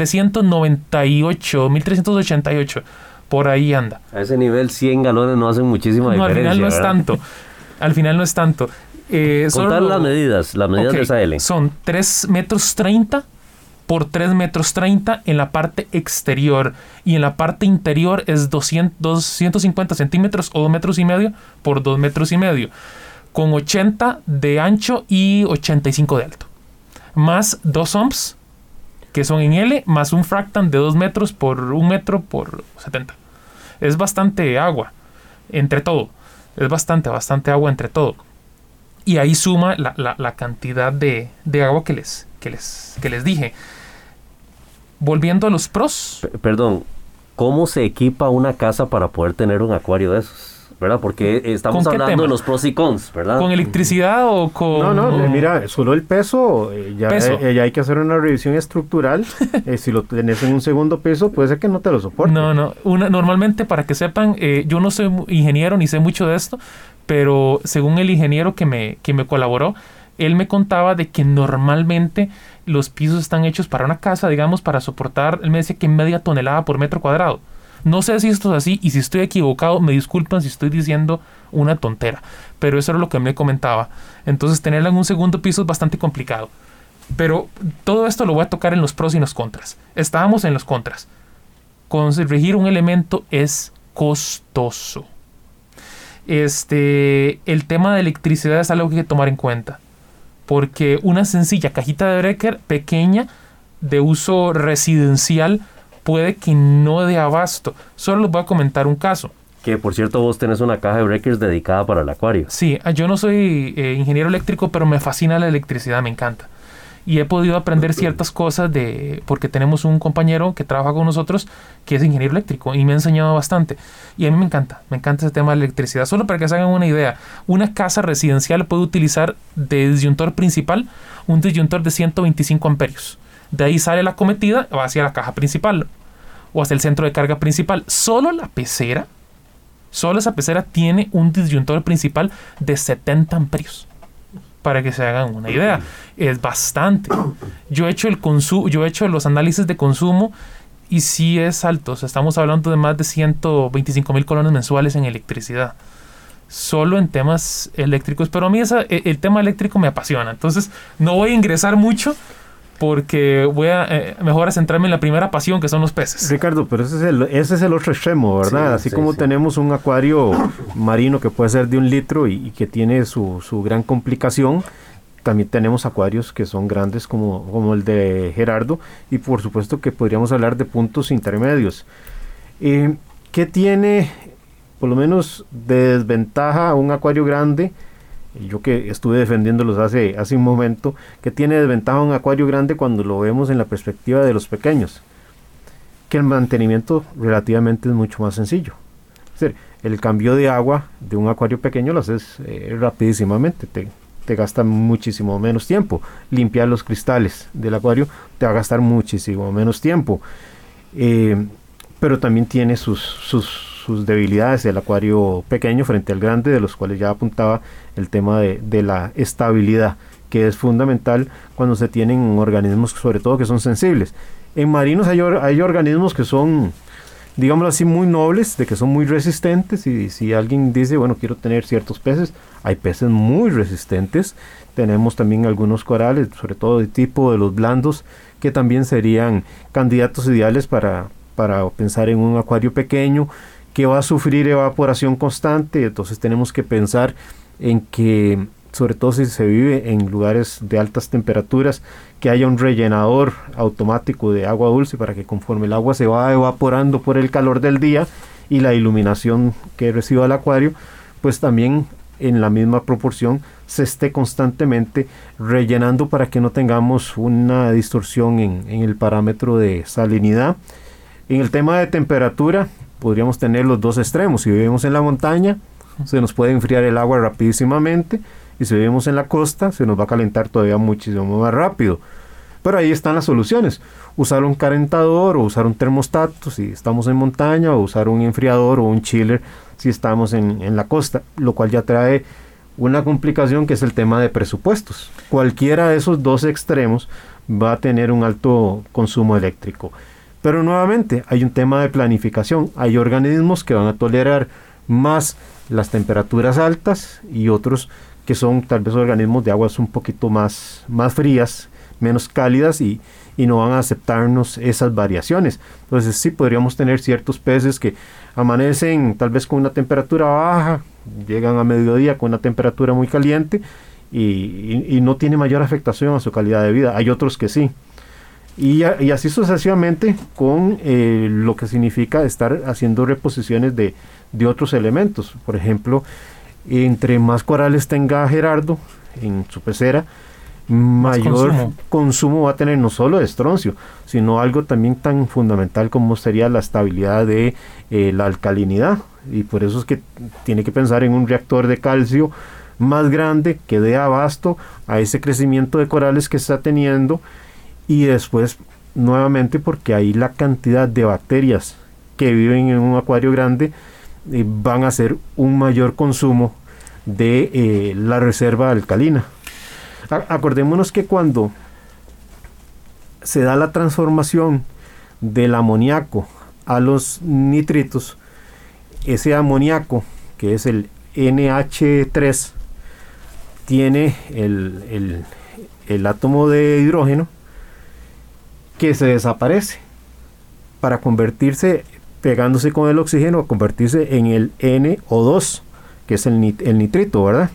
Speaker 5: 1.398, 1.388, por ahí anda.
Speaker 4: A ese nivel 100 galones no hacen muchísima diferencia.
Speaker 5: Al final no
Speaker 4: ¿verdad?
Speaker 5: es tanto, al final no es tanto.
Speaker 4: Contar las medidas de esa L.
Speaker 5: Son 3 metros 30 por 3 metros 30 en la parte exterior, y en la parte interior es 250 centímetros o 2 metros y medio por 2 metros y medio, con 80 de ancho y 85 de alto, más 2 ohms que son en L, más un fractan de 2 metros por 1 metro por 70. Es bastante agua entre todo, es bastante agua entre todo, y ahí suma la cantidad de agua que les dije. Volviendo a los pros.
Speaker 4: Perdón, ¿cómo se equipa una casa para poder tener un acuario de esos? ¿Verdad? Porque estamos hablando de los pros y cons, ¿verdad?
Speaker 5: ¿Con electricidad o con...?
Speaker 3: No, mira, solo el peso, ya hay que hacer una revisión estructural. Si lo tenés en un segundo piso, puede ser que no te lo soporte.
Speaker 5: Normalmente, para que sepan, yo no soy ingeniero ni sé mucho de esto, pero según el ingeniero que me colaboró, él me contaba de que normalmente los pisos están hechos para una casa, digamos, para soportar, él me decía que media tonelada por metro cuadrado. No sé si esto es así, y si estoy equivocado, me disculpan si estoy diciendo una tontera, pero eso era lo que me comentaba. Entonces, tenerla en un segundo piso es bastante complicado. Pero todo esto lo voy a tocar en los pros y los contras. Estábamos en los contras. Corregir un elemento es costoso. El tema de electricidad es algo que hay que tomar en cuenta, porque una sencilla cajita de breaker pequeña de uso residencial puede que no dé abasto. Solo les voy a comentar un caso.
Speaker 4: Que por cierto, vos tenés una caja de breakers dedicada para el acuario.
Speaker 5: Sí, yo no soy ingeniero eléctrico, pero me fascina la electricidad, me encanta. Y he podido aprender ciertas cosas porque tenemos un compañero que trabaja con nosotros que es ingeniero eléctrico y me ha enseñado bastante. Y a mí me encanta ese tema de la electricidad. Solo para que se hagan una idea, una casa residencial puede utilizar de disyuntor principal un disyuntor de 125 amperios. De ahí sale la cometida, va hacia la caja principal o hacia el centro de carga principal. Solo esa pecera tiene un disyuntor principal de 70 amperios. Para que se hagan una idea, es bastante. Yo he hecho los análisis de consumo y sí es alto. O sea, estamos hablando de más de 125,000 colones mensuales en electricidad. Solo en temas eléctricos. Pero a mí el tema eléctrico me apasiona. Entonces no voy a ingresar mucho porque voy a mejor a centrarme en la primera pasión, que son los peces.
Speaker 3: Ricardo, pero ese es el otro extremo, ¿verdad? Así como tenemos un acuario marino que puede ser de 1 litro y que tiene su gran complicación, también tenemos acuarios que son grandes como el de Gerardo, y por supuesto que podríamos hablar de puntos intermedios. ¿Qué tiene, por lo menos, de desventaja un acuario grande? Yo que estuve defendiéndolos hace un momento, ¿qué tiene de desventaja un acuario grande cuando lo vemos en la perspectiva de los pequeños? Que el mantenimiento relativamente es mucho más sencillo. Es decir, el cambio de agua de un acuario pequeño lo haces rapidísimamente, te gasta muchísimo menos tiempo. Limpiar los cristales del acuario te va a gastar muchísimo menos tiempo. Pero también tiene sus debilidades el acuario pequeño frente al grande, de los cuales ya apuntaba el tema de la estabilidad, que es fundamental cuando se tienen organismos, sobre todo, que son sensibles. En marinos hay organismos que son, digámoslo así, muy nobles, de que son muy resistentes, y si alguien dice, bueno, quiero tener ciertos peces, hay peces muy resistentes. Tenemos también algunos corales, sobre todo de tipo de los blandos, que también serían candidatos ideales para pensar en un acuario pequeño que va a sufrir evaporación constante. Entonces tenemos que pensar en que, sobre todo si se vive en lugares de altas temperaturas, que haya un rellenador automático de agua dulce para que, conforme el agua se va evaporando por el calor del día y la iluminación que reciba el acuario, pues también en la misma proporción se esté constantemente rellenando para que no tengamos una distorsión en el parámetro de salinidad. En el tema de temperatura podríamos tener los dos extremos. Si vivimos en la montaña, se nos puede enfriar el agua rapidísimamente, y si vivimos en la costa, se nos va a calentar todavía muchísimo más rápido. Pero ahí están las soluciones: usar un calentador o usar un termostato si estamos en montaña, o usar un enfriador o un chiller si estamos en la costa, lo cual ya trae una complicación, que es el tema de presupuestos. Cualquiera de esos dos extremos va a tener un alto consumo eléctrico. Pero nuevamente hay un tema de planificación. Hay organismos que van a tolerar más las temperaturas altas, y otros que son tal vez organismos de aguas un poquito más frías, menos cálidas, y no van a aceptarnos esas variaciones. Entonces sí podríamos tener ciertos peces que amanecen tal vez con una temperatura baja, llegan a mediodía con una temperatura muy caliente, y no tiene mayor afectación a su calidad de vida. Hay otros que sí. Y así sucesivamente con lo que significa estar haciendo reposiciones de otros elementos. Por ejemplo, entre más corales tenga Gerardo en su pecera, mayor consumo va a tener, no solo de estroncio, sino algo también tan fundamental como sería la estabilidad de la alcalinidad. Y por eso es que tiene que pensar en un reactor de calcio más grande, que dé abasto a ese crecimiento de corales que está teniendo. Y después, nuevamente, porque ahí la cantidad de bacterias que viven en un acuario grande van a hacer un mayor consumo de la reserva alcalina. Acordémonos que cuando se da la transformación del amoníaco a los nitritos, ese amoníaco, que es el NH3, tiene el átomo de hidrógeno que se desaparece para convertirse, pegándose con el oxígeno, a convertirse en el NO2, que es el nitrito, ¿verdad?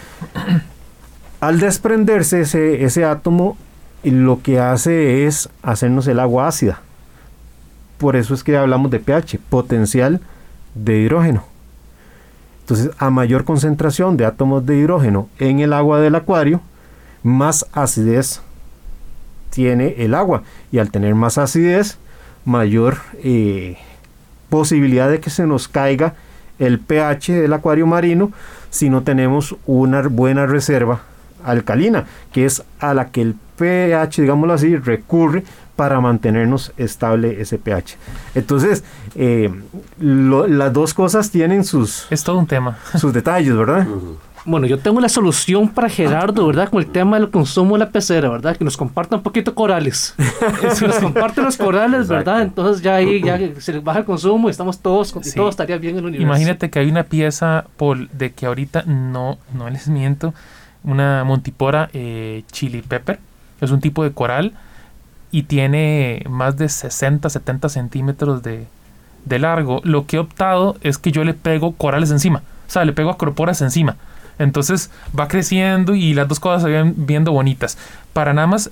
Speaker 3: Al desprenderse ese átomo, lo que hace es hacernos el agua ácida. Por eso es que hablamos de pH, potencial de hidrógeno. Entonces, a mayor concentración de átomos de hidrógeno en el agua del acuario, más acidez tiene el agua, y al tener más acidez, mayor posibilidad de que se nos caiga el pH del acuario marino si no tenemos una buena reserva alcalina, que es a la que el pH, digámoslo así, recurre para mantenernos estable ese pH. Entonces, las dos cosas tienen
Speaker 5: es todo un tema,
Speaker 3: sus detalles, ¿verdad?
Speaker 6: Bueno, yo tengo la solución para Gerardo, ¿verdad? Con el tema del consumo de la pecera, ¿verdad? Que nos compartan un poquito corales. Si nos comparten los corales, ¿verdad? Entonces ya ahí se les baja el consumo y estamos todos, y todo estaría bien en el universo.
Speaker 5: Imagínate que hay una pieza, Paul, de que ahorita no les miento, una Montipora chili pepper, es un tipo de coral y tiene más de 60-70 centímetros de largo. Lo que he optado es que yo le pego corales encima, o sea, le pego acroporas encima. Entonces va creciendo y las dos cosas se van viendo bonitas. Para nada más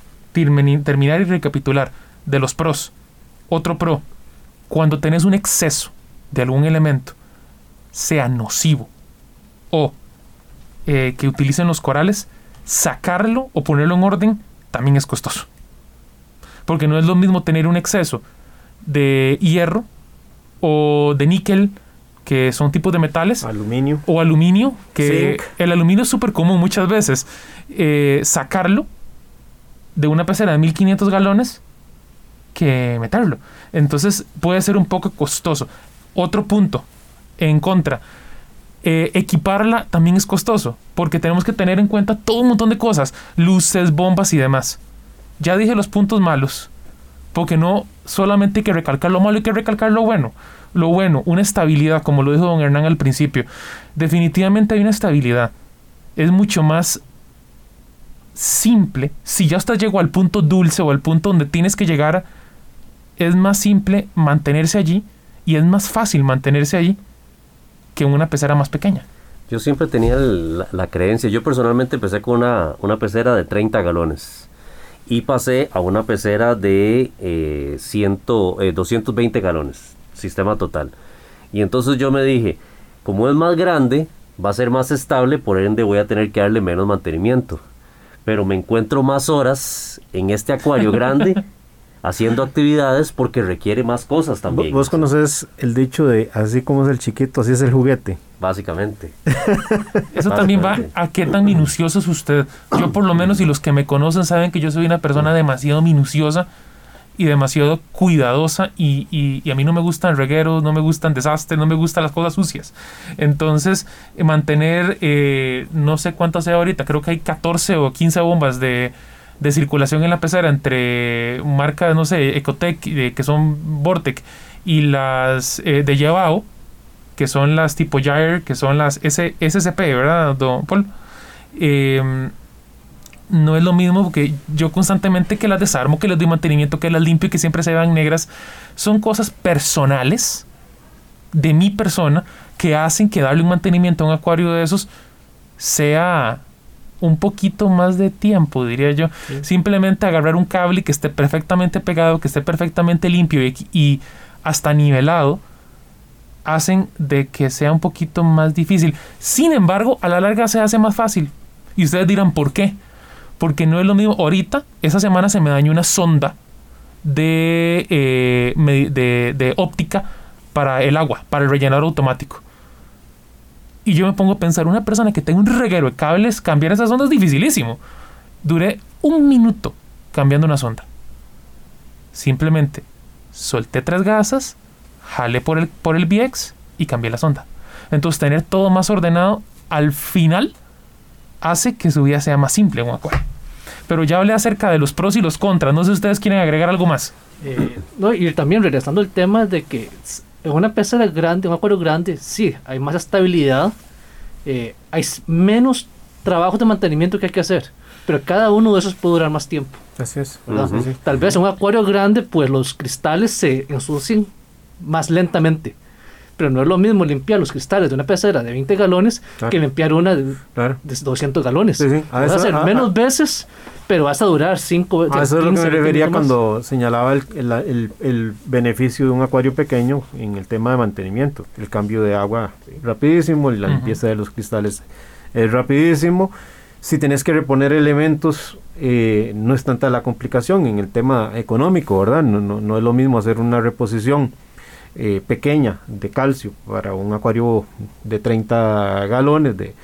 Speaker 5: terminar y recapitular de los pros. Otro pro: cuando tenés un exceso de algún elemento sea nocivo o que utilicen los corales, sacarlo o ponerlo en orden también es costoso. Porque no es lo mismo tener un exceso de hierro o de níquel, que son tipos de metales,
Speaker 3: Aluminio.
Speaker 5: o aluminio, que
Speaker 3: Zinc.
Speaker 5: el aluminio es súper común muchas veces. Sacarlo de una pecera de 1500 galones que meterlo. Entonces puede ser un poco costoso. Otro punto en contra, equiparla también es costoso, porque tenemos que tener en cuenta todo un montón de cosas, luces, bombas y demás. Ya dije los puntos malos, porque no solamente hay que recalcar lo malo, hay que recalcar lo bueno. Lo bueno, una estabilidad, como lo dijo don Hernán al principio. Definitivamente hay una estabilidad. Es mucho más simple. Si ya hasta llegó al punto dulce o al punto donde tienes que llegar, es más simple mantenerse allí y es más fácil mantenerse allí que en una pecera más pequeña.
Speaker 4: Yo siempre tenía la creencia, yo personalmente empecé con una pecera de 30 galones y pasé a una pecera de 220 galones, sistema total. Y entonces yo me dije, como es más grande, va a ser más estable, por ende voy a tener que darle menos mantenimiento. Pero me encuentro más horas en este acuario grande haciendo actividades porque requiere más cosas también.
Speaker 3: Vos conoces el dicho de así como es el chiquito, así es el juguete.
Speaker 4: Básicamente.
Speaker 5: Eso también va a qué tan minucioso es usted. Yo por lo menos, y los que me conocen saben que yo soy una persona demasiado minuciosa y demasiado cuidadosa, y a mí no me gustan regueros, no me gustan desastres, no me gustan las cosas sucias. Entonces mantener, no sé cuántas hay ahorita, creo que hay 14 o 15 bombas de circulación en la pecera entre marcas, no sé, Ecotec, que son Vortec, y las de Llevao, que son las tipo Jair, que son las SCP, ¿verdad, don Paul? No es lo mismo, porque yo constantemente que las desarmo, que les doy mantenimiento, que las limpio y que siempre se vean negras. Son cosas personales de mi persona que hacen que darle un mantenimiento a un acuario de esos sea un poquito más de tiempo, diría yo. Sí. Simplemente agarrar un cable que esté perfectamente pegado, que esté perfectamente limpio y hasta nivelado, hacen de que sea un poquito más difícil. Sin embargo, a la larga se hace más fácil. Y ustedes dirán, ¿por qué? Porque no es lo mismo. Ahorita, esa semana se me dañó una sonda de óptica para el agua, para el rellenador automático. Y yo me pongo a pensar, una persona que tenga un reguero de cables, cambiar esas sondas es dificilísimo. Duré 1 minuto cambiando una sonda. Simplemente solté 3 gasas, jalé por el VX y cambié la sonda. Entonces tener todo más ordenado al final hace que su vida sea más simple en un acuario. Pero ya hablé acerca de los pros y los contras. No sé si ustedes quieren agregar algo más.
Speaker 6: No, y también regresando al tema de que en una pecera grande, un acuario grande, sí, hay más estabilidad, hay menos trabajo de mantenimiento que hay que hacer, pero cada uno de esos puede durar más tiempo.
Speaker 3: Así es.
Speaker 6: Uh-huh. Sí. Tal vez en un acuario grande, pues los cristales se ensucian más lentamente, pero no es lo mismo limpiar los cristales de una pecera de 20 galones que limpiar una de 200 galones. Sí, sí. Vas a hacer menos veces, pero vas a durar 5 veces.
Speaker 3: Eso es lo que me refería cuando señalaba el beneficio de un acuario pequeño en el tema de mantenimiento. El cambio de agua rapidísimo, la limpieza de los cristales es rapidísimo. Si tenés que reponer elementos, no es tanta la complicación en el tema económico, ¿verdad? No es lo mismo hacer una reposición pequeña de calcio para un acuario de 30 galones, de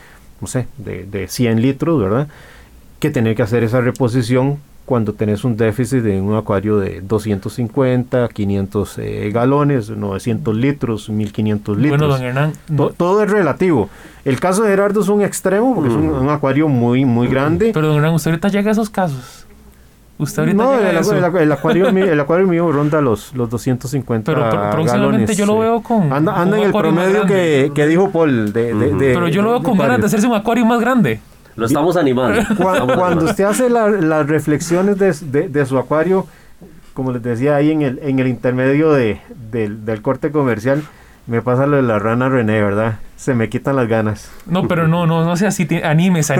Speaker 3: 100 litros, ¿verdad?, que tener que hacer esa reposición cuando tenés un déficit de un acuario de 250, 500 galones, 900 litros, 1500 litros.
Speaker 5: Bueno, don Hernán,
Speaker 3: todo es relativo. El caso de Gerardo es un extremo porque es un acuario muy, muy grande.
Speaker 5: Pero don Hernán, usted ahorita llega a esos casos. Usted ahorita
Speaker 3: no,
Speaker 5: llega a eso.
Speaker 3: El acuario mío ronda los 250
Speaker 5: pero próximamente
Speaker 3: galones.
Speaker 5: Yo lo veo con
Speaker 3: anda en el promedio que dijo Paul.
Speaker 5: Pero yo lo veo con ganas de hacerse un acuario más grande.
Speaker 4: Lo estamos animando.
Speaker 3: Cuando usted hace las reflexiones de su acuario, como les decía ahí en el intermedio del corte comercial, me pasa lo de la rana René, ¿verdad? Se me quitan las ganas.
Speaker 5: No, pero no sea así, anímese.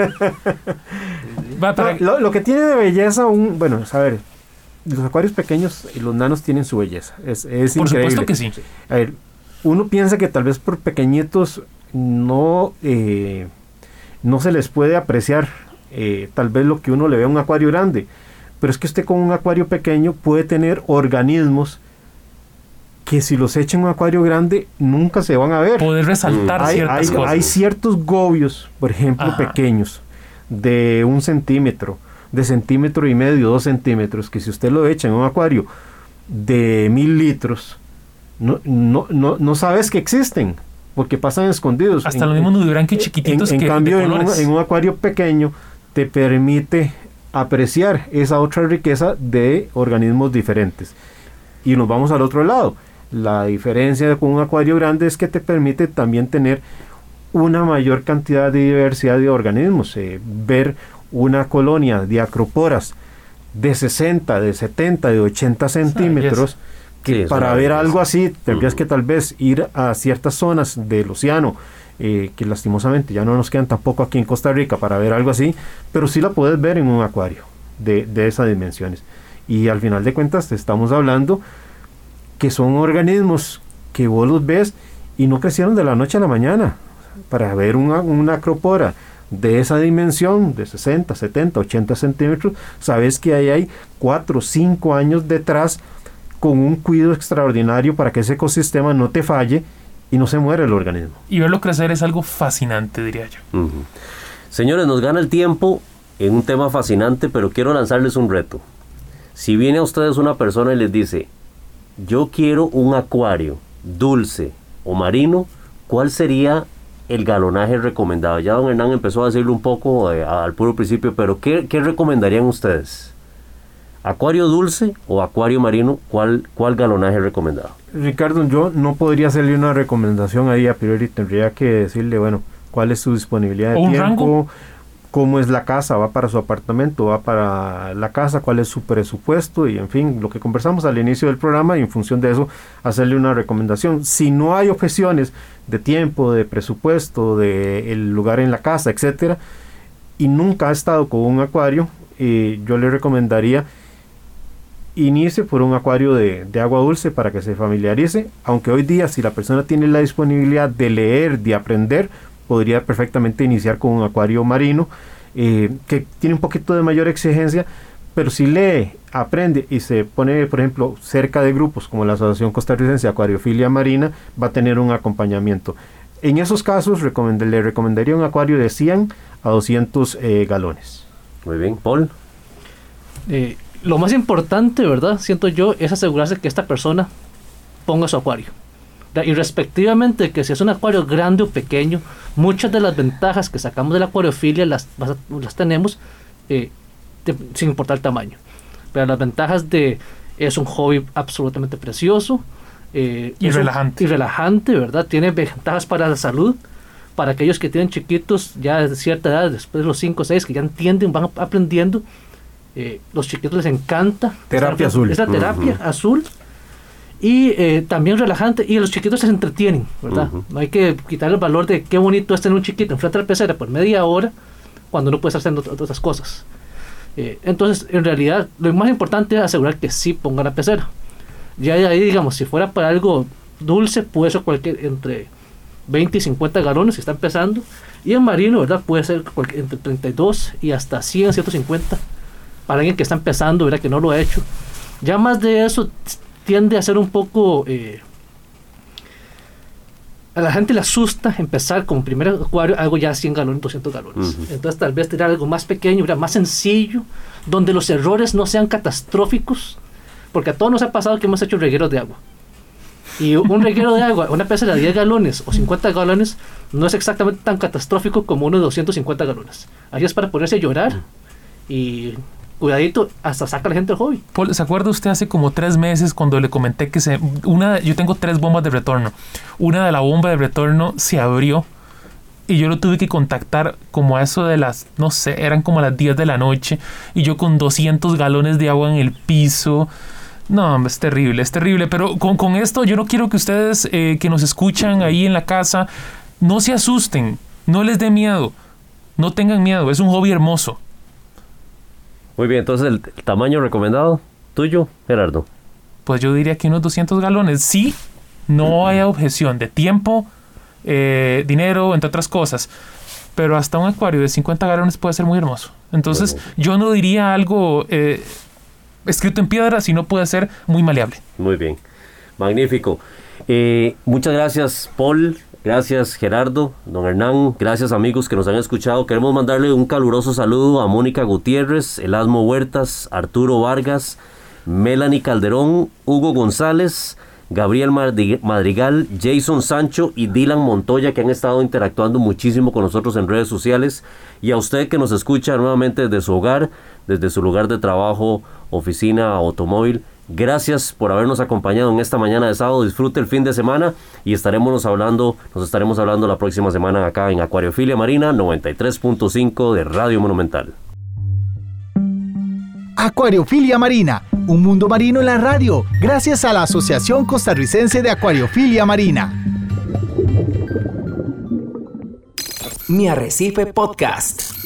Speaker 3: Lo que tiene de belleza, a ver, los acuarios pequeños y los nanos tienen su belleza. Es
Speaker 5: por
Speaker 3: increíble.
Speaker 5: supuesto que sí.
Speaker 3: A ver, uno piensa que tal vez por pequeñitos no se les puede apreciar tal vez lo que uno le ve a un acuario grande, pero es que usted con un acuario pequeño puede tener organismos que si los echa en un acuario grande nunca se van a ver.
Speaker 5: Poder resaltar ciertas cosas.
Speaker 3: Hay ciertos gobios, por ejemplo,
Speaker 5: Ajá.
Speaker 3: pequeños, de 1 centímetro, de 1,5 centímetros, 2 centímetros, que si usted lo echa en un acuario de 1000 litros, no sabes que existen, porque pasan escondidos.
Speaker 5: Hasta los mismos nudibranquios chiquititos
Speaker 3: en
Speaker 5: que
Speaker 3: cambio,
Speaker 5: de colores.
Speaker 3: en un acuario pequeño te permite apreciar esa otra riqueza de organismos diferentes. Y nos vamos al otro lado. La diferencia con un acuario grande es que te permite también tener una mayor cantidad de diversidad de organismos. Ver una colonia de acroporas de 60, de 70, de 80 centímetros, que
Speaker 4: Sí,
Speaker 3: para ver algo así tendrías que tal vez ir a ciertas zonas del océano, que lastimosamente ya no nos quedan tampoco aquí en Costa Rica para ver algo así, pero sí la puedes ver en un acuario de esas dimensiones. Y al final de cuentas te estamos hablando que son organismos que vos los ves y no crecieron de la noche a la mañana. Para ver una acropora de esa dimensión, de 60, 70, 80 centímetros, sabes que ahí hay 4 o 5 años detrás con un cuidado extraordinario para que ese ecosistema no te falle y no se muera el organismo.
Speaker 5: Y verlo crecer es algo fascinante, diría yo.
Speaker 4: Ujú. Señores, nos gana el tiempo en un tema fascinante, pero quiero lanzarles un reto. Si viene a ustedes una persona y les dice, yo quiero un acuario dulce o marino, ¿cuál sería el galonaje recomendado? Ya don Hernán empezó a decirlo un poco al puro principio, pero ¿qué recomendarían ustedes? ¿Acuario dulce o acuario marino? ¿Cuál galonaje recomendado?
Speaker 3: Ricardo, yo no podría hacerle una recomendación ahí a priori, tendría que decirle, bueno, cuál es su disponibilidad de
Speaker 5: ¿O un
Speaker 3: tiempo,
Speaker 5: rango?
Speaker 3: cómo es la casa, va para su apartamento, va para la casa, cuál es su presupuesto y en fin, lo que conversamos al inicio del programa y en función de eso hacerle una recomendación. Si no hay objeciones de tiempo, de presupuesto, de el lugar en la casa, etcétera, y nunca ha estado con un acuario, yo le recomendaría inicie por un acuario de agua dulce para que se familiarice, aunque hoy día si la persona tiene la disponibilidad de leer, de aprender, podría perfectamente iniciar con un acuario marino, que tiene un poquito de mayor exigencia, pero si lee, aprende y se pone, por ejemplo, cerca de grupos como la Asociación Costarricense de Acuariofilia Marina, va a tener un acompañamiento. En esos casos le recomendaría un acuario de 100 a 200 galones.
Speaker 4: Muy bien, Paul.
Speaker 6: Lo más importante, ¿verdad? Siento yo, es asegurarse que esta persona ponga su acuario. Y respectivamente de que si es un acuario grande o pequeño, muchas de las ventajas que sacamos de la acuariofilia las tenemos sin importar el tamaño. Pero las ventajas de es un hobby absolutamente precioso,
Speaker 5: Y relajante.
Speaker 6: Y relajante, ¿verdad? Tiene ventajas para la salud, para aquellos que tienen chiquitos ya de cierta edad, después de los 5 o 6, que ya entienden, van aprendiendo. Los chiquitos les encanta.
Speaker 3: Terapia azul.
Speaker 6: Es la terapia azul. Y también relajante, y los chiquitos se entretienen, ¿verdad? No hay que quitar el valor de qué bonito es tener un chiquito enfrente de la pecera por media hora cuando no puedes estar haciendo otras cosas. Entonces, en realidad, lo más importante es asegurar que sí ponga la pecera. Ya de ahí, digamos, si fuera para algo dulce, puede ser entre 20 y 50 galones si está empezando. Y en marino, ¿verdad? Puede ser entre 32 y hasta 100, 150 para alguien que está empezando, ¿verdad? Que no lo ha hecho. Ya más de eso tiende a ser un poco a la gente le asusta empezar con primer acuario algo ya 100 galones, 200 galones. Entonces tal vez tirar algo más pequeño, más sencillo, donde los errores no sean catastróficos, porque a todos nos ha pasado que hemos hecho regueros de agua. Y un reguero de agua, una pecera de 10 galones o 50 galones no es exactamente tan catastrófico como uno de 250 galones. Ahí es para ponerse a llorar y cuidadito, hasta saca la gente del hobby.
Speaker 5: Paul, ¿se acuerda usted hace como 3 meses cuando le comenté que yo tengo 3 bombas de retorno? Una de la bomba de retorno se abrió y yo lo tuve que contactar como a eso de las, no sé, eran como a las 10 de la noche y yo con 200 galones de agua en el piso. No, es terrible, pero con esto yo no quiero que ustedes que nos escuchan ahí en la casa no se asusten, no les dé miedo, no tengan miedo, es un hobby hermoso.
Speaker 4: Muy bien, entonces el tamaño recomendado tuyo, Gerardo.
Speaker 5: Pues yo diría que unos 200 galones. Sí, No hay objeción de tiempo, dinero, entre otras cosas. Pero hasta un acuario de 50 galones puede ser muy hermoso. Entonces, yo no diría algo escrito en piedra, sino puede ser muy maleable.
Speaker 4: Muy bien, magnífico. Muchas gracias, Paul. Gracias, Gerardo, don Hernán. Gracias, amigos que nos han escuchado. Queremos mandarle un caluroso saludo a Mónica Gutiérrez, Elasmo Huertas, Arturo Vargas, Melanie Calderón, Hugo González, Gabriel Madrigal, Jason Sancho y Dylan Montoya, que han estado interactuando muchísimo con nosotros en redes sociales. Y a usted que nos escucha nuevamente desde su hogar, desde su lugar de trabajo, oficina, automóvil. Gracias por habernos acompañado en esta mañana de sábado. Disfrute el fin de semana y nos estaremos hablando la próxima semana acá en Acuariofilia Marina 93.5 de Radio Monumental.
Speaker 2: Acuariofilia Marina, un mundo marino en la radio, gracias a la Asociación Costarricense de Acuariofilia Marina.
Speaker 1: Mi Arrecife Podcast.